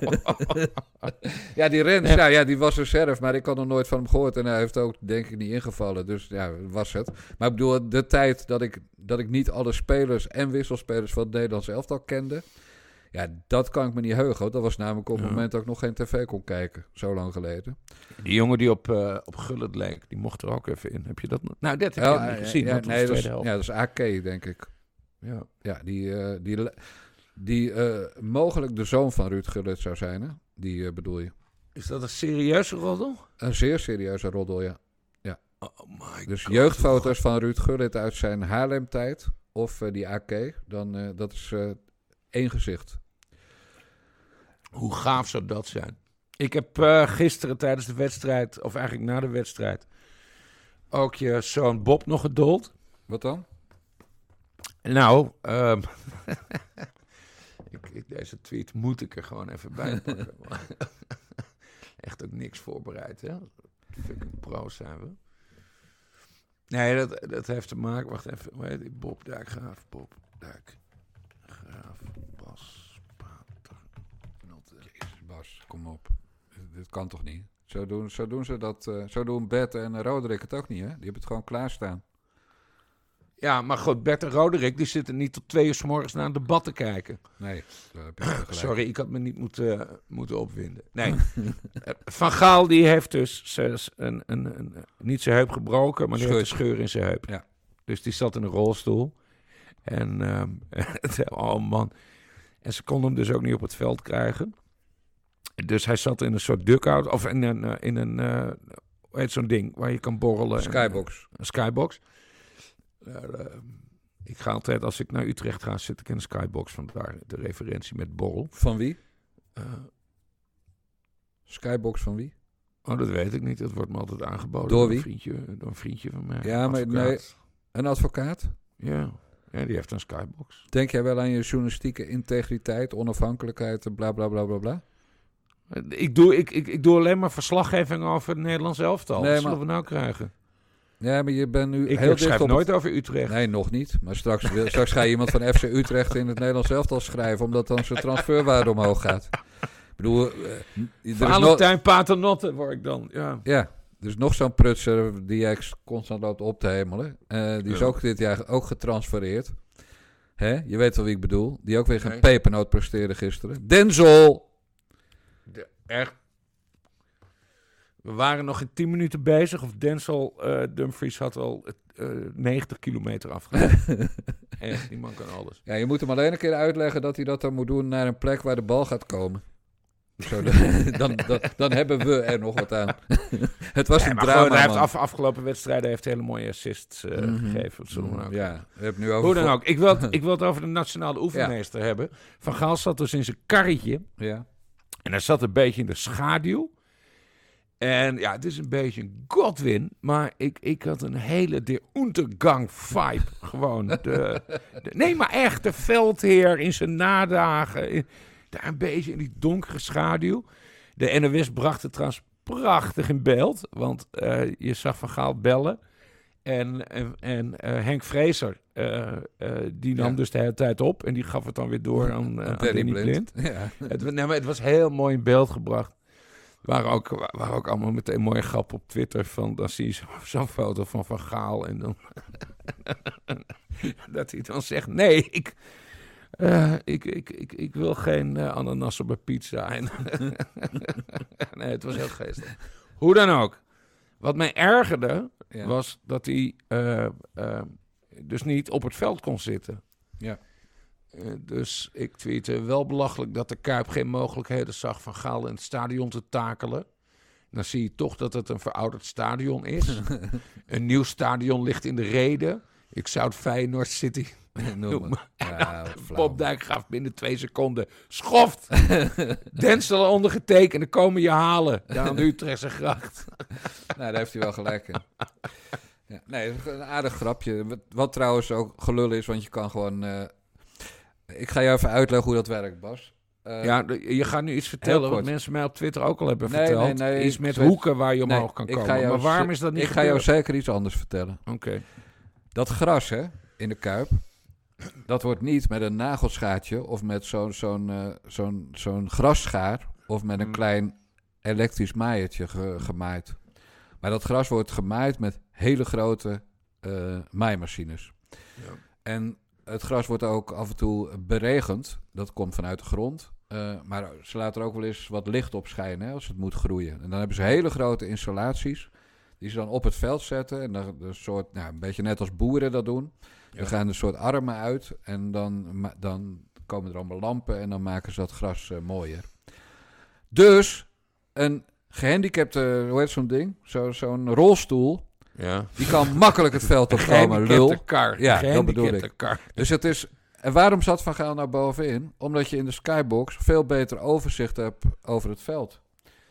Ja, die Rens, die was reserve, maar ik had nog nooit van hem gehoord. En hij heeft ook, denk ik, niet ingevallen. Dus ja, was het. Maar ik bedoel, de tijd dat ik niet alle spelers en wisselspelers van het Nederlands elftal kende... Ja, dat kan ik me niet heugen. Dat was namelijk op het moment dat ik nog geen tv kon kijken. Zo lang geleden. Die jongen die op Gullit leek, die mocht er ook even in. Heb je dat nog? Nou, dat heb je niet gezien. Dat is AK, denk ik. Ja, die mogelijk de zoon van Ruud Gullit zou zijn, hè? Die bedoel je. Is dat een serieuze roddel? Een zeer serieuze roddel, ja. Oh my dus God. Jeugdfoto's van Ruud Gullit uit zijn Haarlem-tijd of die AK, dan dat is... één gezicht. Hoe gaaf zou dat zijn? Ik heb gisteren tijdens de wedstrijd, of eigenlijk na de wedstrijd, ook je zoon Bob nog gedoold. Wat dan? Nou, deze tweet moet ik er gewoon even bij pakken. Echt ook niks voorbereid, hè? Fucking pro zijn we. Nee, dat heeft te maken... Wacht even, hoe heet die? Bob Dijkgraaf. Bob Dijkgraaf. Bas Paternotte. Jezus, Bas, kom op. Dit kan toch niet? Zo doen ze dat... zo doen Bert en Roderick het ook niet, hè? Die hebben het gewoon klaarstaan. Ja, maar goed, Bert en Roderick, die zitten niet tot 2 uur 's morgens naar een debat te kijken. Nee, daar heb je gelijk. Sorry, ik had me niet moeten opwinden. Nee, Van Gaal die heeft dus niet zijn heup gebroken, maar die heeft een scheur in zijn heup. Ja. Dus die zat in een rolstoel. En, oh man. En ze konden hem dus ook niet op het veld krijgen. Dus hij zat in een soort dugout, of in een hoe heet zo'n ding, waar je kan borrelen. Skybox. Een skybox. Ik ga altijd, als ik naar Utrecht ga, zit ik in een skybox. Vandaar de referentie met borrel. Van wie? Skybox van wie? Oh, dat weet ik niet. Dat wordt me altijd aangeboden. Door wie? Door een vriendje van mij. Ja, maar nee, een advocaat? Ja, die heeft een skybox. Denk jij wel aan je journalistieke integriteit, onafhankelijkheid, bla bla bla bla bla? Ik doe alleen maar verslaggeving over het Nederlands elftal. Nee, Wat zullen we nou krijgen? Ja, maar je bent nu Ik heel dicht schrijf op nooit over Utrecht. Nee, nog niet. Maar straks ga je iemand van FC Utrecht in het Nederlands elftal schrijven, omdat dan zijn transferwaarde omhoog gaat. Ik bedoel... Valentijn Paternotte word ik dan, ja. Ja, dus nog zo'n prutser die jij constant loopt op te hemelen. Die is ook dit jaar ook getransfereerd. Hè? Je weet wel wie ik bedoel. Die ook weer geen pepernoot presteerde gisteren. Denzel! Echt. We waren nog in 10 minuten bezig. Of Denzel Dumfries had al 90 kilometer afgelegd. Echt, die man kan alles. Ja, je moet hem alleen een keer uitleggen dat hij dat dan moet doen naar een plek waar de bal gaat komen. Zo, dan hebben we er nog wat aan. Het was een drama, hij heeft afgelopen wedstrijden heeft hele mooie assists gegeven. Ja, we hebben nu over... Hoe dan ook. Ik wil het over de nationale oefenmeester hebben. Van Gaal zat dus in zijn karretje. Ja. En hij zat een beetje in de schaduw. En ja, het is een beetje een Godwin. Maar ik had een hele de Untergang vibe. Gewoon. Nee, maar echt. De veldheer in zijn nadagen. Daar een beetje in die donkere schaduw. De NOS bracht het trouwens prachtig in beeld. Want je zag Van Gaal bellen. En Henk Vrezer, die nam dus de hele tijd op. En die gaf het dan weer door aan Danny Blind. Ja. Maar het was heel mooi in beeld gebracht. Waren ook allemaal meteen mooie grappen op Twitter. Dan zie je zo'n foto van Gaal. En dan dat hij dan zegt, nee, ik wil geen ananas op mijn pizza. Nee, het was heel geestig. Hoe dan ook. Wat mij ergerde, was dat hij dus niet op het veld kon zitten. Ja. Dus ik tweette wel belachelijk dat de Kuip geen mogelijkheden zag Van Gaal in het stadion te takelen. Dan zie je toch dat het een verouderd stadion is. Een nieuw stadion ligt in de reden. Ik zou het Feyenoord City noemen. Ja, Bob Dijkgraaf binnen 2 seconden. Schoft! Denzel ondergetekend, dan komen je halen. Daar aan de Utrechtse gracht. Nou, daar heeft hij wel gelijk in. Ja, nee, een aardig grapje. Wat trouwens ook gelul is, want je kan gewoon... ik ga je even uitleggen hoe dat werkt, Bas. Je gaat nu iets vertellen wat mensen mij op Twitter ook al hebben verteld. Nee, iets met hoeken waar je omhoog kan komen. Maar waarom is dat niet Ik ga jou zeker iets anders vertellen. Oké. Dat gras, hè, in de Kuip, dat wordt niet met een nagelschaartje of met zo'n grasschaar of met een klein elektrisch maaiertje gemaaid. Maar dat gras wordt gemaaid met hele grote maaimachines. Ja. En het gras wordt ook af en toe beregend. Dat komt vanuit de grond. Maar ze laten er ook wel eens wat licht op schijnen, hè, als het moet groeien. En dan hebben ze hele grote installaties die ze dan op het veld zetten. En dan een soort, een beetje net als boeren dat doen. Ja. Er gaan een soort armen uit. En dan komen er allemaal lampen. En dan maken ze dat gras mooier. Dus een gehandicapte, hoe heet zo'n ding? Zo'n rolstoel. Ja. Die kan makkelijk het veld opkomen, lul. Kar. Ja, dat bedoel ik. Kar. Dus het is... En waarom zat Van Gaal nou bovenin? Omdat je in de skybox veel beter overzicht hebt over het veld.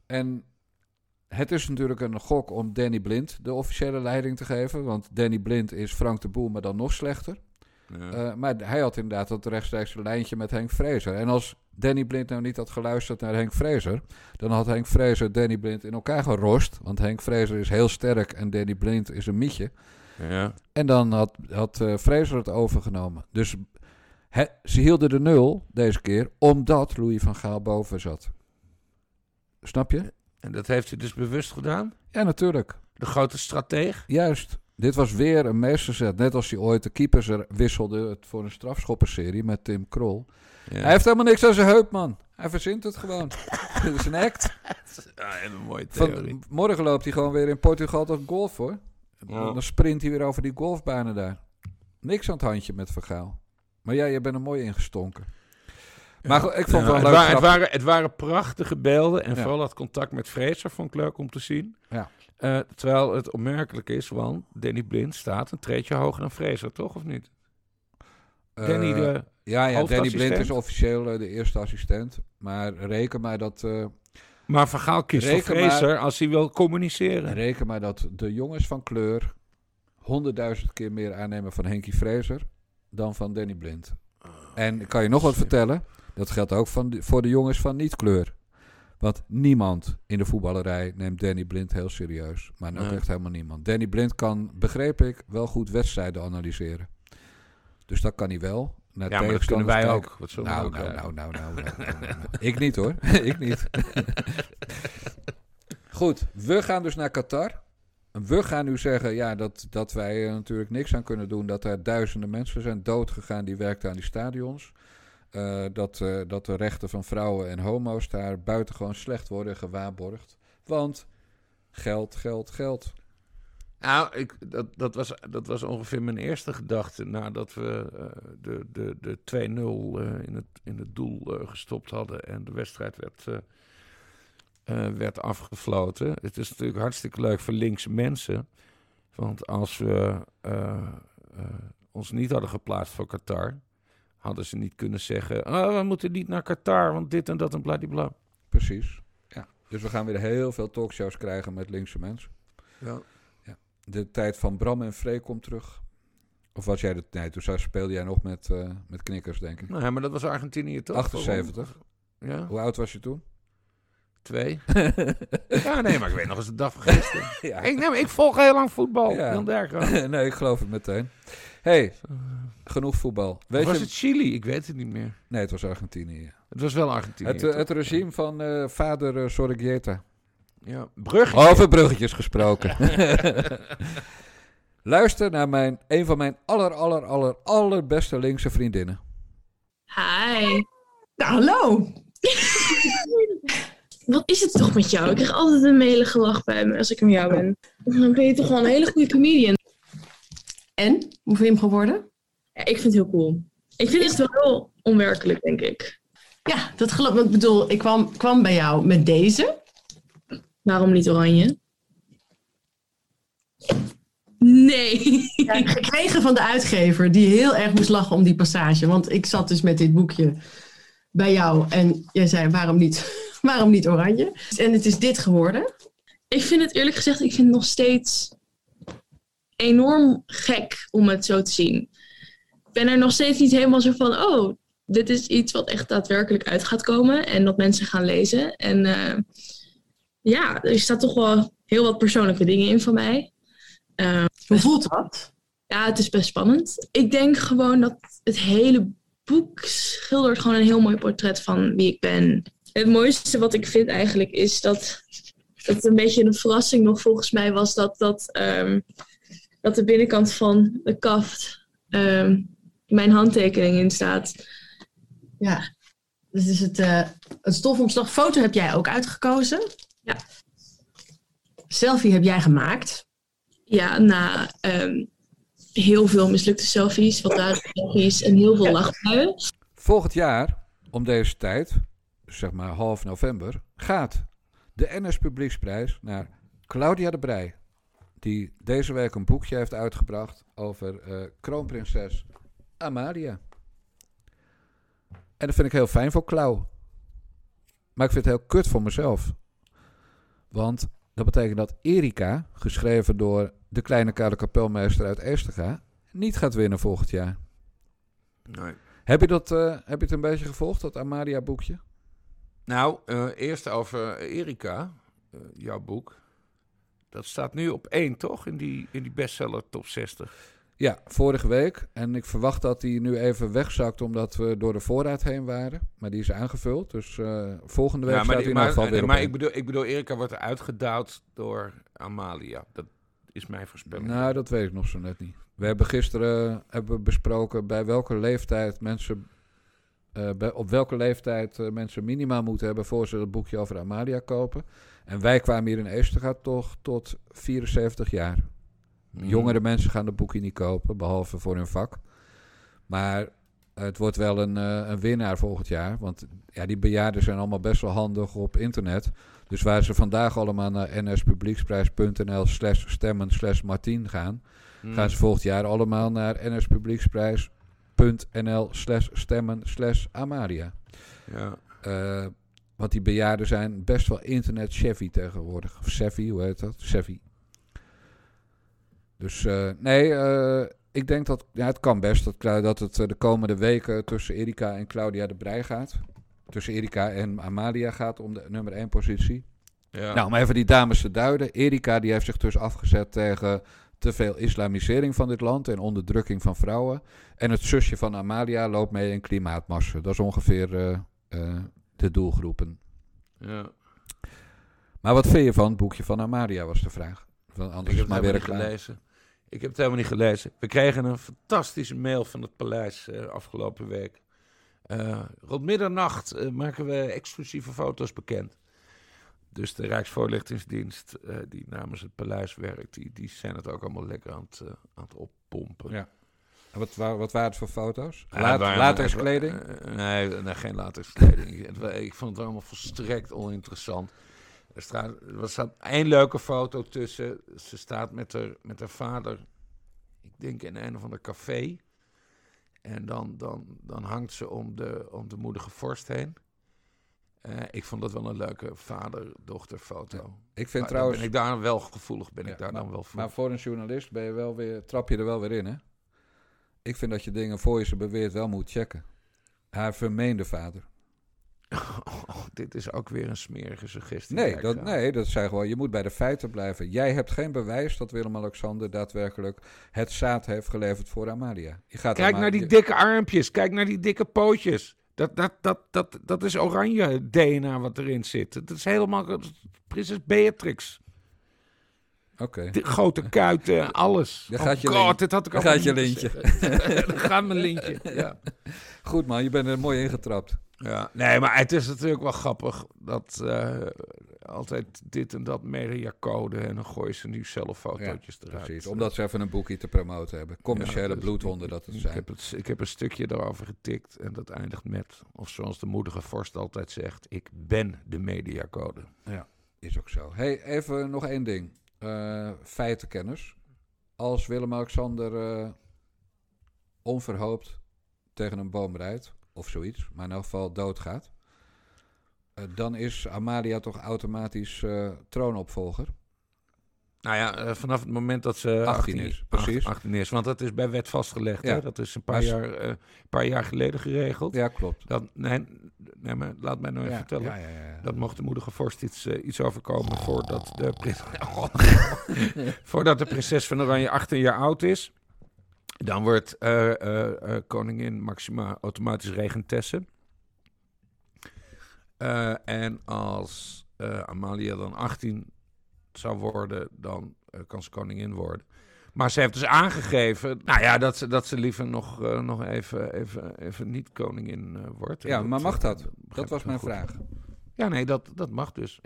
En het is natuurlijk een gok om Danny Blind de officiële leiding te geven. Want Danny Blind is Frank de Boer, maar dan nog slechter. Ja. Maar hij had inderdaad dat rechtstreekse lijntje met Henk Vrezer. En als Danny Blind nou niet had geluisterd naar Henk Vrezer, dan had Henk Vrezer Danny Blind in elkaar gerost. Want Henk Vrezer is heel sterk en Danny Blind is een mietje. Ja. En dan had Vrezer het overgenomen. Dus ze hielden de 0 deze keer, omdat Louis van Gaal boven zat. Snap je? En dat heeft hij dus bewust gedaan? Ja, natuurlijk. De grote strateeg? Juist. Dit was weer een meesterzet. Net als hij ooit de keepers wisselde voor een strafschoppenserie met Tim Krol. Ja. Hij heeft helemaal niks aan zijn heup, man. Hij verzint het gewoon. Dit is een act. Ja, een mooie theorie. Morgen loopt hij gewoon weer in Portugal tot golf, hoor. Ja. Dan sprint hij weer over die golfbanen daar. Niks aan het handje met Van Gaal. Maar ja, je bent er mooi ingestonken. Maar goed, ik vond het wel leuk. Het waren prachtige beelden. En vooral dat contact met Vrezer vond ik leuk om te zien. Ja. Terwijl het opmerkelijk is, want Danny Blind staat een treedje hoger dan Vrezer, toch? Of niet? Danny Danny Blind is officieel de eerste assistent. Maar reken maar dat... maar Van Gaal kiest voor Vrezer als hij wil communiceren. Reken maar dat de jongens van kleur 100.000 keer meer aannemen van Henkie Vrezer dan van Danny Blind. En ik kan je nog wat vertellen. Dat geldt ook voor de jongens van niet-kleur. Want niemand in de voetballerij neemt Danny Blind heel serieus. Maar ook echt helemaal niemand. Danny Blind kan, begreep ik, wel goed wedstrijden analyseren. Dus dat kan hij wel. Maar dat kunnen wij ook. Wat nou. Ik niet, hoor. Ik niet. Goed, we gaan dus naar Qatar. We gaan nu zeggen dat wij er natuurlijk niks aan kunnen doen. Dat er duizenden mensen zijn doodgegaan die werkten aan die stadions. Dat de rechten van vrouwen en homo's daar buitengewoon slecht worden gewaarborgd. Want geld. Nou, dat was ongeveer mijn eerste gedachte nadat we de 2-0 in het doel gestopt hadden en de wedstrijd werd afgefloten. Het is natuurlijk hartstikke leuk voor linkse mensen. Want als we ons niet hadden geplaatst voor Qatar, hadden ze niet kunnen zeggen, we moeten niet naar Qatar, want dit en dat en bladibla. Precies. Ja. Dus we gaan weer heel veel talkshows krijgen met linkse mensen. Ja. De tijd van Bram en Free komt terug. Of was jij toen speelde jij nog met knikkers, denk ik. Nee, maar dat was Argentinië toch? 78. Ja. Hoe oud was je toen? 2. Ja, nee, maar ik weet nog eens de dag van gisteren. Ja. Ik volg heel lang voetbal. Ja. Nee, ik geloof het meteen. Hey, genoeg voetbal. Was het Chili? Ik weet het niet meer. Nee, het was Argentinië. Ja. Het was wel Argentinië. Het regime van vader Sorregeta. Ja, over bruggetjes gesproken. Luister naar een van mijn allerbeste linkse vriendinnen. Hi. Nou, hallo. Wat is het toch met jou? Ik krijg altijd een melige lach bij me als ik met jou ben. Dan ben je toch wel een hele goede comedian. En? Hoe vind je hem geworden? Ja, ik vind het heel cool. Ik vind het echt wel heel onwerkelijk, denk ik. Ja, dat geloof ik. Ik bedoel, ik kwam bij jou met deze. Waarom niet oranje? Nee. Ja, gekregen van de uitgever, die heel erg moest lachen om die passage. Want ik zat dus met dit boekje bij jou en jij zei, waarom niet oranje? En het is dit geworden. Ik vind het eerlijk gezegd, ik vind het nog steeds enorm gek om het zo te zien. Ik ben er nog steeds niet helemaal zo van, dit is iets wat echt daadwerkelijk uit gaat komen en dat mensen gaan lezen. En er staat toch wel heel wat persoonlijke dingen in van mij. Hoe voelt dat? Ja, het is best spannend. Ik denk gewoon dat het hele boek schildert gewoon een heel mooi portret van wie ik ben. Het mooiste wat ik vind eigenlijk is dat het een beetje een verrassing nog volgens mij was dat de binnenkant van de kaft mijn handtekening in staat. Ja, dus het stofomslag. Foto heb jij ook uitgekozen? Ja. Selfie heb jij gemaakt? Ja, na heel veel mislukte selfies, wat daar selfies en heel veel lachbuien. Volgend jaar, om deze tijd, zeg maar half november, gaat de NS Publieksprijs naar Claudia de Breij, die deze week een boekje heeft uitgebracht over kroonprinses Amalia. En dat vind ik heel fijn voor Klauw. Maar ik vind het heel kut voor mezelf. Want dat betekent dat Erika, geschreven door de kleine koude kapelmeester uit Eestega, niet gaat winnen volgend jaar. Nee. Heb je het een beetje gevolgd, dat Amalia-boekje? Nou, eerst over Erika, jouw boek. Dat staat nu op 1, toch? In die bestseller top 60. Ja, vorige week. En ik verwacht dat die nu even wegzakt, omdat we door de voorraad heen waren. Maar die is aangevuld, dus volgende week staat hij in ieder geval weer op. Maar ik bedoel, Erika wordt uitgedaald door Amalia. Dat is mijn voorspelling. Nou, dat weet ik nog zo net niet. We hebben gisteren besproken bij welke leeftijd mensen... op welke leeftijd mensen minimaal moeten hebben voor ze het boekje over Amalia kopen. En wij kwamen hier in Eestega toch tot 74 jaar. Jongere mensen gaan het boekje niet kopen, behalve voor hun vak. Maar het wordt wel een winnaar volgend jaar. Want ja, die bejaarden zijn allemaal best wel handig op internet. Dus waar ze vandaag allemaal naar nspublieksprijs.nl/stemmen/Martien gaan... gaan ze volgend jaar allemaal naar nspublieksprijs.nl/stemmen/Amalia. Ja. Want die bejaarden zijn best wel internet-savvy tegenwoordig. Of savvy, hoe heet dat? Savvy. Dus ik denk dat... Ja, het kan best dat het de komende weken tussen Erika en Claudia de Breij gaat. Tussen Erika en Amalia gaat om de nummer 1 positie. Ja. Nou, om even die dames te duiden. Erika die heeft zich dus afgezet tegen te veel islamisering van dit land en onderdrukking van vrouwen. En het zusje van Amalia loopt mee in klimaatmassa. Dat is ongeveer de doelgroepen. Ja. Maar wat vind je van het boekje van Amalia, was de vraag. Anders Ik heb maar het weer helemaal niet gelezen. Ik heb het helemaal niet gelezen. We kregen een fantastische mail van het paleis afgelopen week. Rond middernacht maken we exclusieve foto's bekend. Dus de Rijksvoorlichtingsdienst, die namens het paleis werkt, die zijn het ook allemaal lekker aan het oppompen. Ja. En wat waren het voor foto's? Latexkleding? Nee, geen latexkleding. Ik vond het allemaal volstrekt oninteressant. Er staat één leuke foto tussen. Ze staat met haar vader, ik denk in een of ander café. En dan hangt ze om de moedige vorst heen. Ik vond dat wel een leuke vader-dochterfoto. Ja. Ik vind trouwens... Ben ik daar wel gevoelig, dan wel voor. Maar voor een journalist trap je er wel weer in, hè? Ik vind dat je dingen voor je ze beweert wel moet checken. Haar vermeende vader. Dit is ook weer een smerige suggestie. Nee, dat zei gewoon, je moet bij de feiten blijven. Jij hebt geen bewijs dat Willem-Alexander daadwerkelijk het zaad heeft geleverd voor Amalia. Kijk naar die dikke armpjes, kijk naar die dikke pootjes. Dat is oranje DNA wat erin zit. Dat is helemaal prinses Beatrix. Oké. De grote kuiten, alles. Dit had je lintje. Dan gaat mijn lintje, ja. Goed man, je bent er mooi ingetrapt. Ja, nee, maar het is natuurlijk wel grappig dat altijd dit en dat mediacode en dan gooien ze nu zelf fotootjes eruit. Precies, omdat ze even een boekje te promoten hebben. Commerciële bloedhonden dat het zijn. Ik heb een stukje daarover getikt en dat eindigt met, of zoals de moedige vorst altijd zegt, ik ben de mediacode. Ja, is ook zo. Hey, even nog één ding. Feitenkennis. Als Willem-Alexander onverhoopt tegen een boom rijdt, of zoiets, maar in elk geval doodgaat, dan is Amalia toch automatisch troonopvolger? Nou ja, vanaf het moment dat ze 18 is. Precies. 18 is, want dat is bij wet vastgelegd. Ja. Hè? Dat is een paar jaar geleden geregeld. Ja, klopt. Nee, maar laat mij nou even vertellen. Ja. Dat mocht de moedige vorst iets overkomen voordat de prinses van Oranje 18 jaar oud is. Dan wordt koningin Maxima automatisch regentesse. En als Amalia dan 18 zou worden, dan kan ze koningin worden. Maar ze heeft dus aangegeven, dat ze liever nog even niet koningin wordt. Ja, maar mag dat? Dat was mijn vraag. Ja, nee, dat mag dus.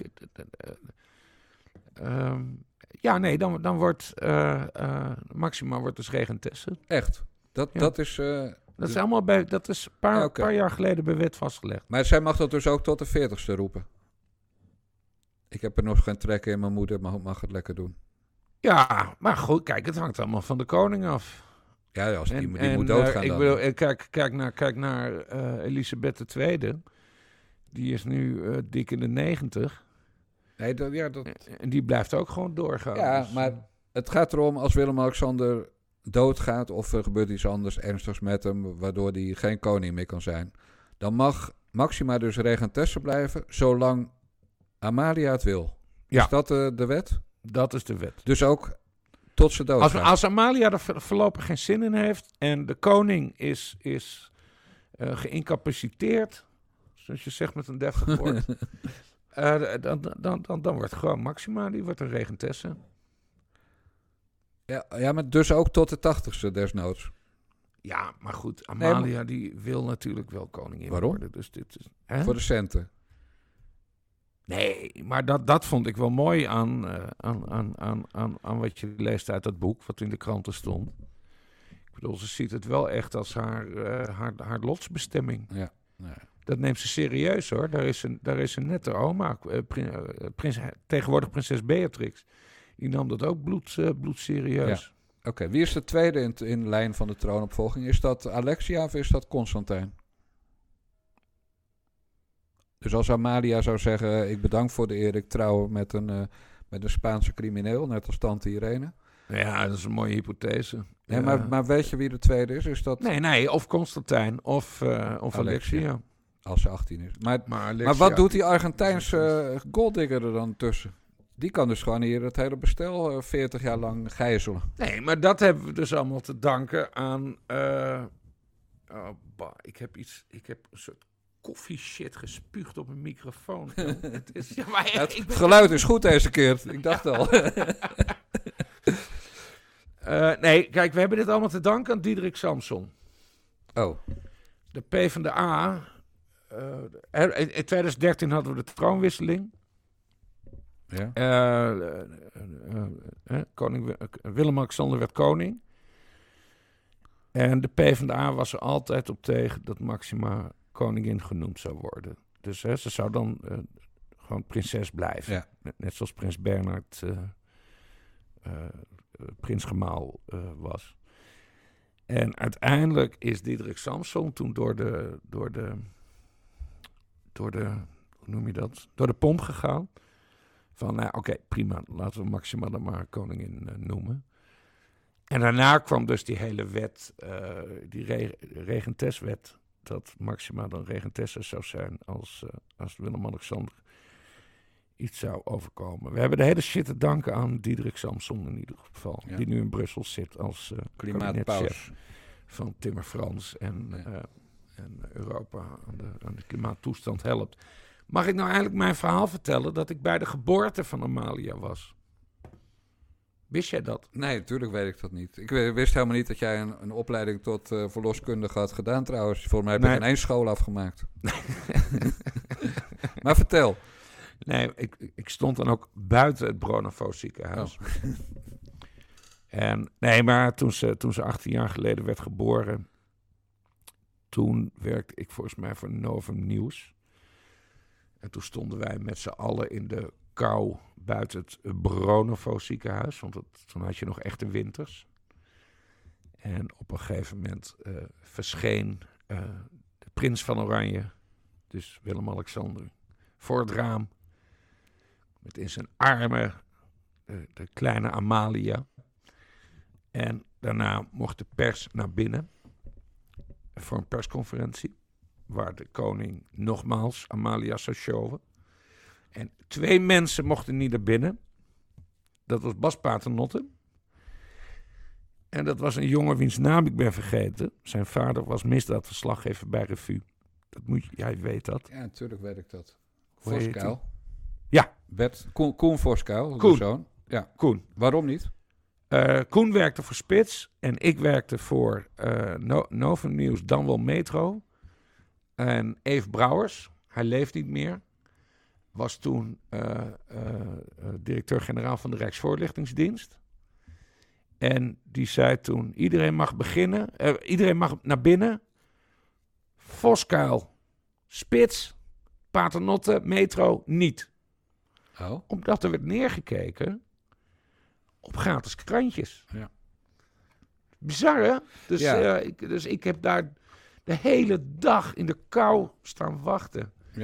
Dan wordt Maxima wordt dus regentesse. Echt? Dat is... Dat is allemaal dat is een paar jaar geleden bij wet vastgelegd. Maar zij mag dat dus ook tot de 40ste roepen. Ik heb er nog geen trek in, mijn moeder mag het lekker doen. Ja, maar goed, kijk, het hangt allemaal van de koning af. Ja, als die moet doodgaan dan. Bedoel, kijk naar Elisabeth II. Die is nu dik in de 90. Nee, En die blijft ook gewoon doorgaan. Ja, dus, maar het gaat erom als Willem-Alexander doodgaat of er gebeurt iets anders ernstigs met hem, waardoor hij geen koning meer kan zijn. Dan mag Maxima dus regentesse blijven, zolang Amalia het wil. Ja. Is dat de wet? Dat is de wet. Dus ook tot ze doodgaat. Als Amalia er voorlopig geen zin in heeft en de koning is geïncapaciteerd, zoals je zegt met een deftig woord, dan wordt gewoon Maxima, die wordt een regentesse. Ja, maar dus ook tot de 80ste desnoods. Ja, maar goed, Amalia die wil natuurlijk wel koningin worden. Dus dit is, hè? Voor de centen. Nee, maar dat vond ik wel mooi aan wat je leest uit dat boek, wat in de kranten stond. Ik bedoel, ze ziet het wel echt als haar lotsbestemming. Ja. Nee. Dat neemt ze serieus hoor. Daar is een nette oma, tegenwoordig prinses Beatrix. Die nam dat ook bloedserieus. Ja. Oké, wie is de tweede in lijn van de troonopvolging? Is dat Alexia of is dat Constantijn? Dus als Amalia zou zeggen, ik bedank voor de eer, ik trouw met een Spaanse crimineel, net als tante Irene. Ja, dat is een mooie hypothese. Nee, maar weet je wie de tweede is? Is dat... Nee, of Constantijn of Alexia. Als ze 18 is. Maar Alexia, wat doet die Argentijnse golddigger er dan tussen? Die kan dus gewoon hier het hele bestel 40 jaar lang gijzelen. Nee, maar dat hebben we dus allemaal te danken aan... ik heb een soort koffie-shit gespuugd op mijn microfoon. Het geluid is goed deze keer. Ik dacht al. Nee, kijk, we hebben dit allemaal te danken aan Diederik Samson. Oh. De PvdA... in 2013 hadden we de troonwisseling. Ja. Willem-Alexander werd koning. En de PvdA was er altijd op tegen dat Maxima koningin genoemd zou worden. Dus ze zou dan gewoon prinses blijven. Ja. Net zoals prins Bernhard prinsgemaal was. En uiteindelijk is Diederik Samson toen door de hoe noem je dat? Door de pomp gegaan. Van, oké, prima, laten we Maxima dan maar koningin noemen. En daarna kwam dus die hele wet, die regenteswet, dat Maxima dan regentesse zou zijn als Willem-Alexander iets zou overkomen. We hebben de hele shit te danken aan Diederik Samson in ieder geval, die nu in Brussel zit als kabinetchef van Timmer Frans en Europa aan de klimaattoestand helpt. Mag ik nou eigenlijk mijn verhaal vertellen dat ik bij de geboorte van Amalia was? Wist jij dat? Nee, natuurlijk weet ik dat niet. Ik wist helemaal niet dat jij een opleiding tot verloskundige had gedaan trouwens. Volgens mij heb je geen één school afgemaakt. Maar vertel. Nee, ik stond dan ook buiten het Bronnefoy ziekenhuis. Oh. Maar toen ze 18 jaar geleden werd geboren, toen werkte ik volgens mij voor Novum Nieuws. En toen stonden wij met z'n allen in de kou buiten het Bronnefoy ziekenhuis. Want toen had je nog echte winters. En op een gegeven moment verscheen de prins van Oranje, dus Willem-Alexander, voor het raam. Met in zijn armen de kleine Amalia. En daarna mocht de pers naar binnen voor een persconferentie, waar de koning nogmaals Amalia zou showen. En 2 mensen mochten niet naar binnen. Dat was Bas Paternotte. En dat was een jongen wiens naam ik ben vergeten. Zijn vader was misdaadverslaggever bij Revue. Jij weet dat. Ja, natuurlijk weet ik dat. Voskuil. Ja. Koen Voskuil, Koen. De zoon. Ja. Koen. Waarom niet? Koen werkte voor Spits en ik werkte voor Novum Nieuws, dan wel Metro. En Eve Brouwers, hij leeft niet meer, was toen directeur-generaal van de Rijksvoorlichtingsdienst. En die zei toen, iedereen mag naar binnen. Voskuil, Spits, Paternotte, Metro, niet. Oh. Omdat er werd neergekeken op gratis krantjes. Ja. Bizar, hè? Dus, ja. Dus ik heb daar de hele dag in de kou staan wachten. Ja.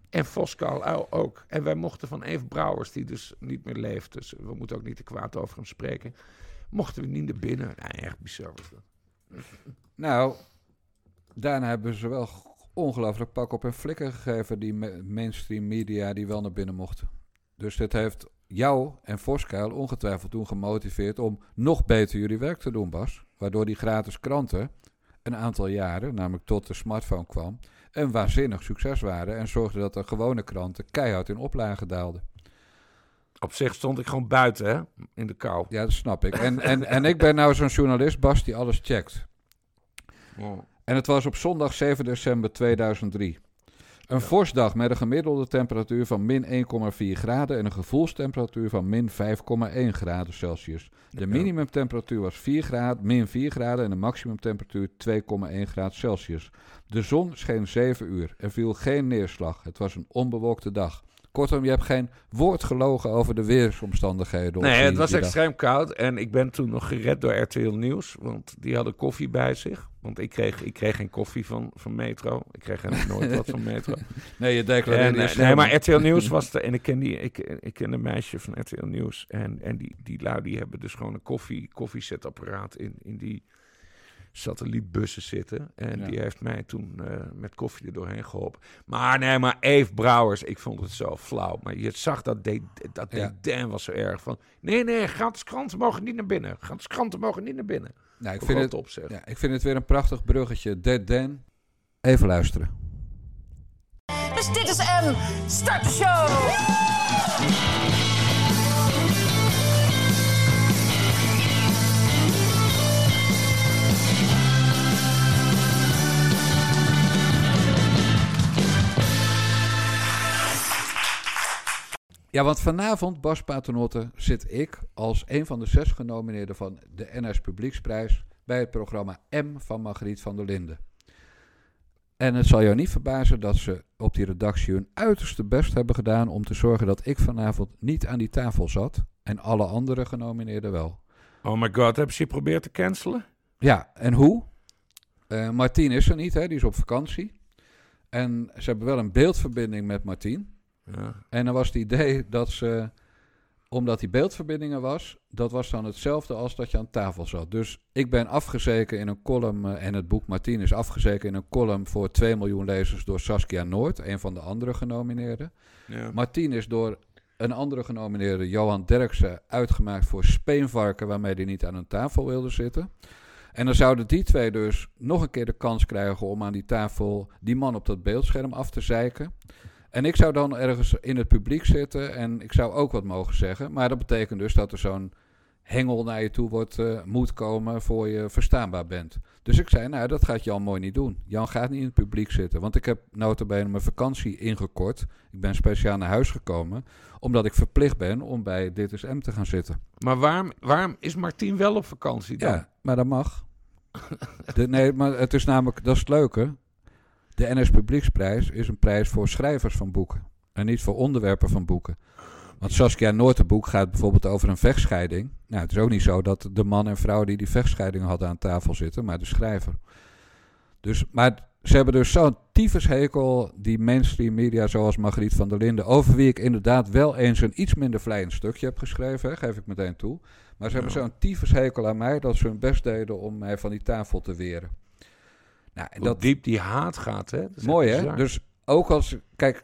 En Voskuil ook. En wij mochten van Eve Brouwers, die dus niet meer leeft, dus we moeten ook niet te kwaad over hem spreken, mochten we niet naar binnen. Nou, echt bizar was dat. Nou, daarna hebben ze wel ongelooflijk pak op hun flikker gegeven, die mainstream media die wel naar binnen mochten. Dus dit heeft jou en Voskuil ongetwijfeld toen gemotiveerd om nog beter jullie werk te doen, Bas. Waardoor die gratis kranten een aantal jaren, namelijk tot de smartphone kwam, een waanzinnig succes waren en zorgde dat de gewone kranten keihard in oplage daalden. Op zich stond ik gewoon buiten, hè, in de kou. Ja, dat snap ik. En ik ben nou zo'n journalist, Bas, die alles checkt. Oh. En het was op zondag 7 december 2003. Een vorstdag met een gemiddelde temperatuur van min 1,4 graden en een gevoelstemperatuur van min 5,1 graden Celsius. De minimumtemperatuur was min 4 graden en de maximumtemperatuur 2,1 graden Celsius. De zon scheen 7 uur. Er viel geen neerslag. Het was een onbewolkte dag. Kortom, je hebt geen woord gelogen over de weersomstandigheden. Nee, het was extreem koud en ik ben toen nog gered door RTL Nieuws, want die hadden koffie bij zich. Want ik kreeg geen koffie van Metro. Ik kreeg eigenlijk nooit wat van Metro. Nee, je declareerde nee, maar RTL Nieuws was er. En ik ken een meisje van RTL Nieuws. En die lui die hebben dus gewoon een koffiezetapparaat in die satellietbussen zitten. En die heeft mij toen met koffie er doorheen geholpen. Maar Eve Brouwers, ik vond het zo flauw. Maar je zag dat Dan was zo erg van, nee, gratis kranten mogen niet naar binnen. Gratis kranten mogen niet naar binnen. Nou, ik vind het weer een prachtig bruggetje. Dead Dan. Even luisteren. Dus dit is start de show! Ja, want vanavond, Bas Paternotte, zit ik als een van de 6 genomineerden van de NS Publieksprijs bij het programma M van Margriet van der Linden. En het zal jou niet verbazen dat ze op die redactie hun uiterste best hebben gedaan om te zorgen dat ik vanavond niet aan die tafel zat en alle andere genomineerden wel. Oh my god, hebben ze je geprobeerd te cancelen? Ja, en hoe? Martien is er niet, hè? Die is op vakantie. En ze hebben wel een beeldverbinding met Martien. Ja. En dan was het idee dat ze, omdat die beeldverbindingen was, dat was dan hetzelfde als dat je aan tafel zat. Dus ik ben afgezeken in een column, en het boek Martien is afgezeken in een column voor 2 miljoen lezers door Saskia Noord, een van de andere genomineerden. Ja. Martien is door een andere genomineerde, Johan Derksen, uitgemaakt voor speenvarken, waarmee hij niet aan een tafel wilde zitten. En dan zouden die twee dus nog een keer de kans krijgen om aan die tafel die man op dat beeldscherm af te zeiken. En ik zou dan ergens in het publiek zitten en ik zou ook wat mogen zeggen. Maar dat betekent dus dat er zo'n hengel naar je toe moet komen voor je verstaanbaar bent. Dus ik zei, nou, dat gaat Jan mooi niet doen. Jan gaat niet in het publiek zitten, want ik heb nota bene mijn vakantie ingekort. Ik ben speciaal naar huis gekomen, omdat ik verplicht ben om bij Dit is M te gaan zitten. Maar waarom is Martien wel op vakantie dan? Ja, maar dat mag. Nee, maar het is namelijk, dat is het leuke. De NS Publieksprijs is een prijs voor schrijvers van boeken. En niet voor onderwerpen van boeken. Want Saskia Noord, het boek gaat bijvoorbeeld over een vechtscheiding. Nou, het is ook niet zo dat de man en vrouw die vechtscheiding hadden aan tafel zitten, maar de schrijver. Dus, maar ze hebben dus zo'n tyfushekel, die mainstream media zoals Margriet van der Linden, over wie ik inderdaad wel eens een iets minder vlijend stukje heb geschreven, hè, geef ik meteen toe. Maar ze hebben zo'n tyfushekel aan mij dat ze hun best deden om mij van die tafel te weren. Nou, en dat diep die haat gaat, hè? Mooi, hè? Dus ook als, kijk,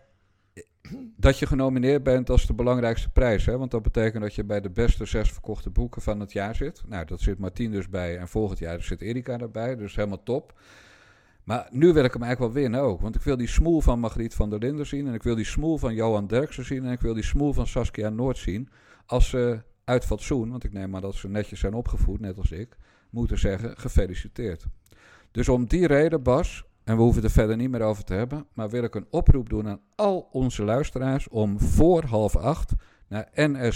dat je genomineerd bent, dat is de belangrijkste prijs, hè? Want dat betekent dat je bij de beste 6 verkochte boeken van het jaar zit. Nou, dat zit Martien dus bij en volgend jaar zit Erika erbij, dus helemaal top. Maar nu wil ik hem eigenlijk wel winnen ook, want ik wil die smoel van Margriet van der Linden zien en ik wil die smoel van Johan Derksen zien en ik wil die smoel van Saskia Noord zien. Als ze uit fatsoen, want ik neem aan dat ze netjes zijn opgevoed, net als ik, moeten zeggen gefeliciteerd. Dus om die reden, Bas, en we hoeven het er verder niet meer over te hebben, maar wil ik een oproep doen aan al onze luisteraars om voor 7:30 naar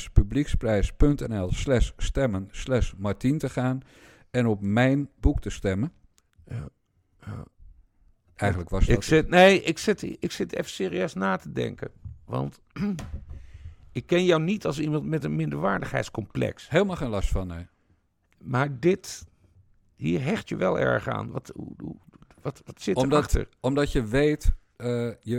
nspublieksprijs.nl/stemmen/Martien te gaan en op mijn boek te stemmen. Ja. Eigenlijk was dat... Ik zit even serieus na te denken. Want ik ken jou niet als iemand met een minderwaardigheidscomplex. Helemaal geen last van, nee. Maar hier hecht je wel erg aan. Wat zit erachter? Omdat je weet,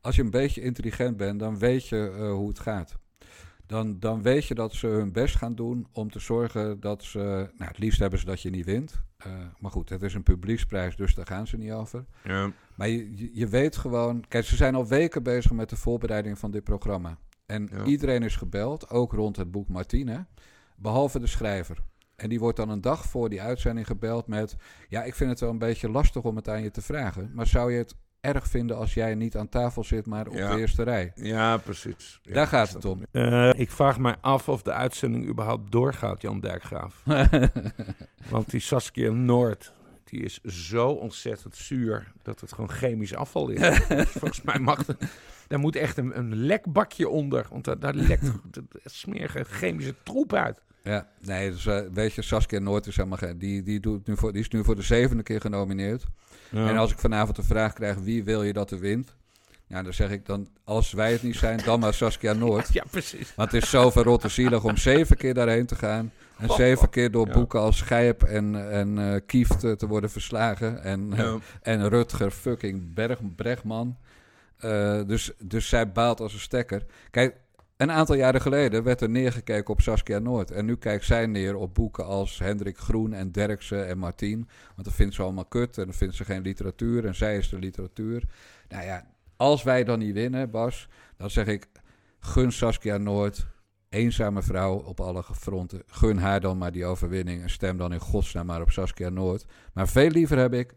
als je een beetje intelligent bent, dan weet je hoe het gaat. Dan weet je dat ze hun best gaan doen om te zorgen dat ze... Nou, het liefst hebben ze dat je niet wint. Maar goed, het is een publieksprijs, dus daar gaan ze niet over. Ja. Maar je weet gewoon... Kijk, ze zijn al weken bezig met de voorbereiding van dit programma. En iedereen is gebeld, ook rond het boek Martine, behalve de schrijver. En die wordt dan een dag voor die uitzending gebeld met... Ja, ik vind het wel een beetje lastig om het aan je te vragen. Maar zou je het erg vinden als jij niet aan tafel zit, maar op de eerste rij? Ja, precies. Ja, daar gaat het om. Ik vraag mij af of de uitzending überhaupt doorgaat, Jan Dijkgraaf. Want die Saskia Noord, die is zo ontzettend zuur dat het gewoon chemisch afval is. Volgens mij daar moet echt een lekbakje onder. Want daar lekt smerige chemische troep uit. Ja, nee, dus, weet je, Saskia Noord is helemaal geen... Die is nu voor de 7e keer genomineerd. Ja. En als ik vanavond de vraag krijg, wie wil je dat er wint? Ja, dan zeg ik dan, als wij het niet zijn, dan maar Saskia Noord. Ja, precies. Want het is zo verrotte zielig om 7 keer daarheen te gaan. En 7 keer door boeken als Schijp en Kieft te worden verslagen. En Rutger fucking Bregman. Dus zij baalt als een stekker. Kijk, een aantal jaren geleden werd er neergekeken op Saskia Noord. En nu kijkt zij neer op boeken als Hendrik Groen en Derksen en Martien. Want dan vindt ze allemaal kut en dan vindt ze geen literatuur. En zij is de literatuur. Nou ja, als wij dan niet winnen, Bas, dan zeg ik, gun Saskia Noord, eenzame vrouw op alle fronten. Gun haar dan maar die overwinning en stem dan in godsnaam maar op Saskia Noord. Maar veel liever heb ik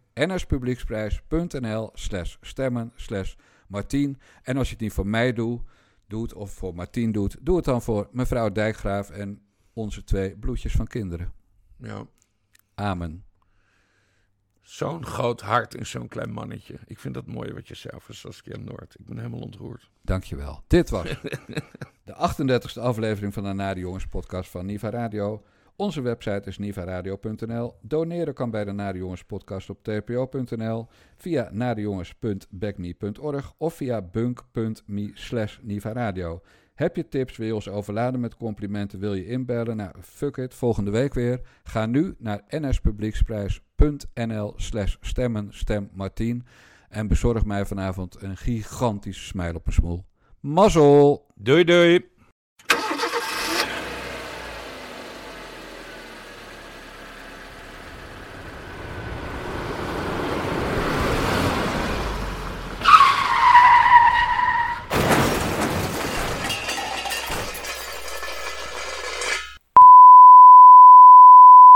nspublieksprijs.nl/stemmen/Martien. En als je het niet voor mij doet, of voor Martien doet, doe het dan voor mevrouw Dijkgraaf en onze 2 bloedjes van kinderen. Ja. Amen. Zo'n groot hart in zo'n klein mannetje. Ik vind dat mooi wat je zei over Saskia Noord. Ik ben helemaal ontroerd. Dankjewel. Dit was de 38e aflevering van de Na de Jongens podcast van Niva Radio. Onze website is nivaradio.nl. Doneren kan bij de Na de Jongens podcast op tpo.nl, via nadejongens.backme.org of via bunk.me/nivaradio. Heb je tips, wil je ons overladen met complimenten, wil je inbellen? Nou, fuck it, volgende week weer. Ga nu naar nspublieksprijs.nl/stemmen/Martien en bezorg mij vanavond een gigantische smile op mijn smoel. Mazzel! Doei doei!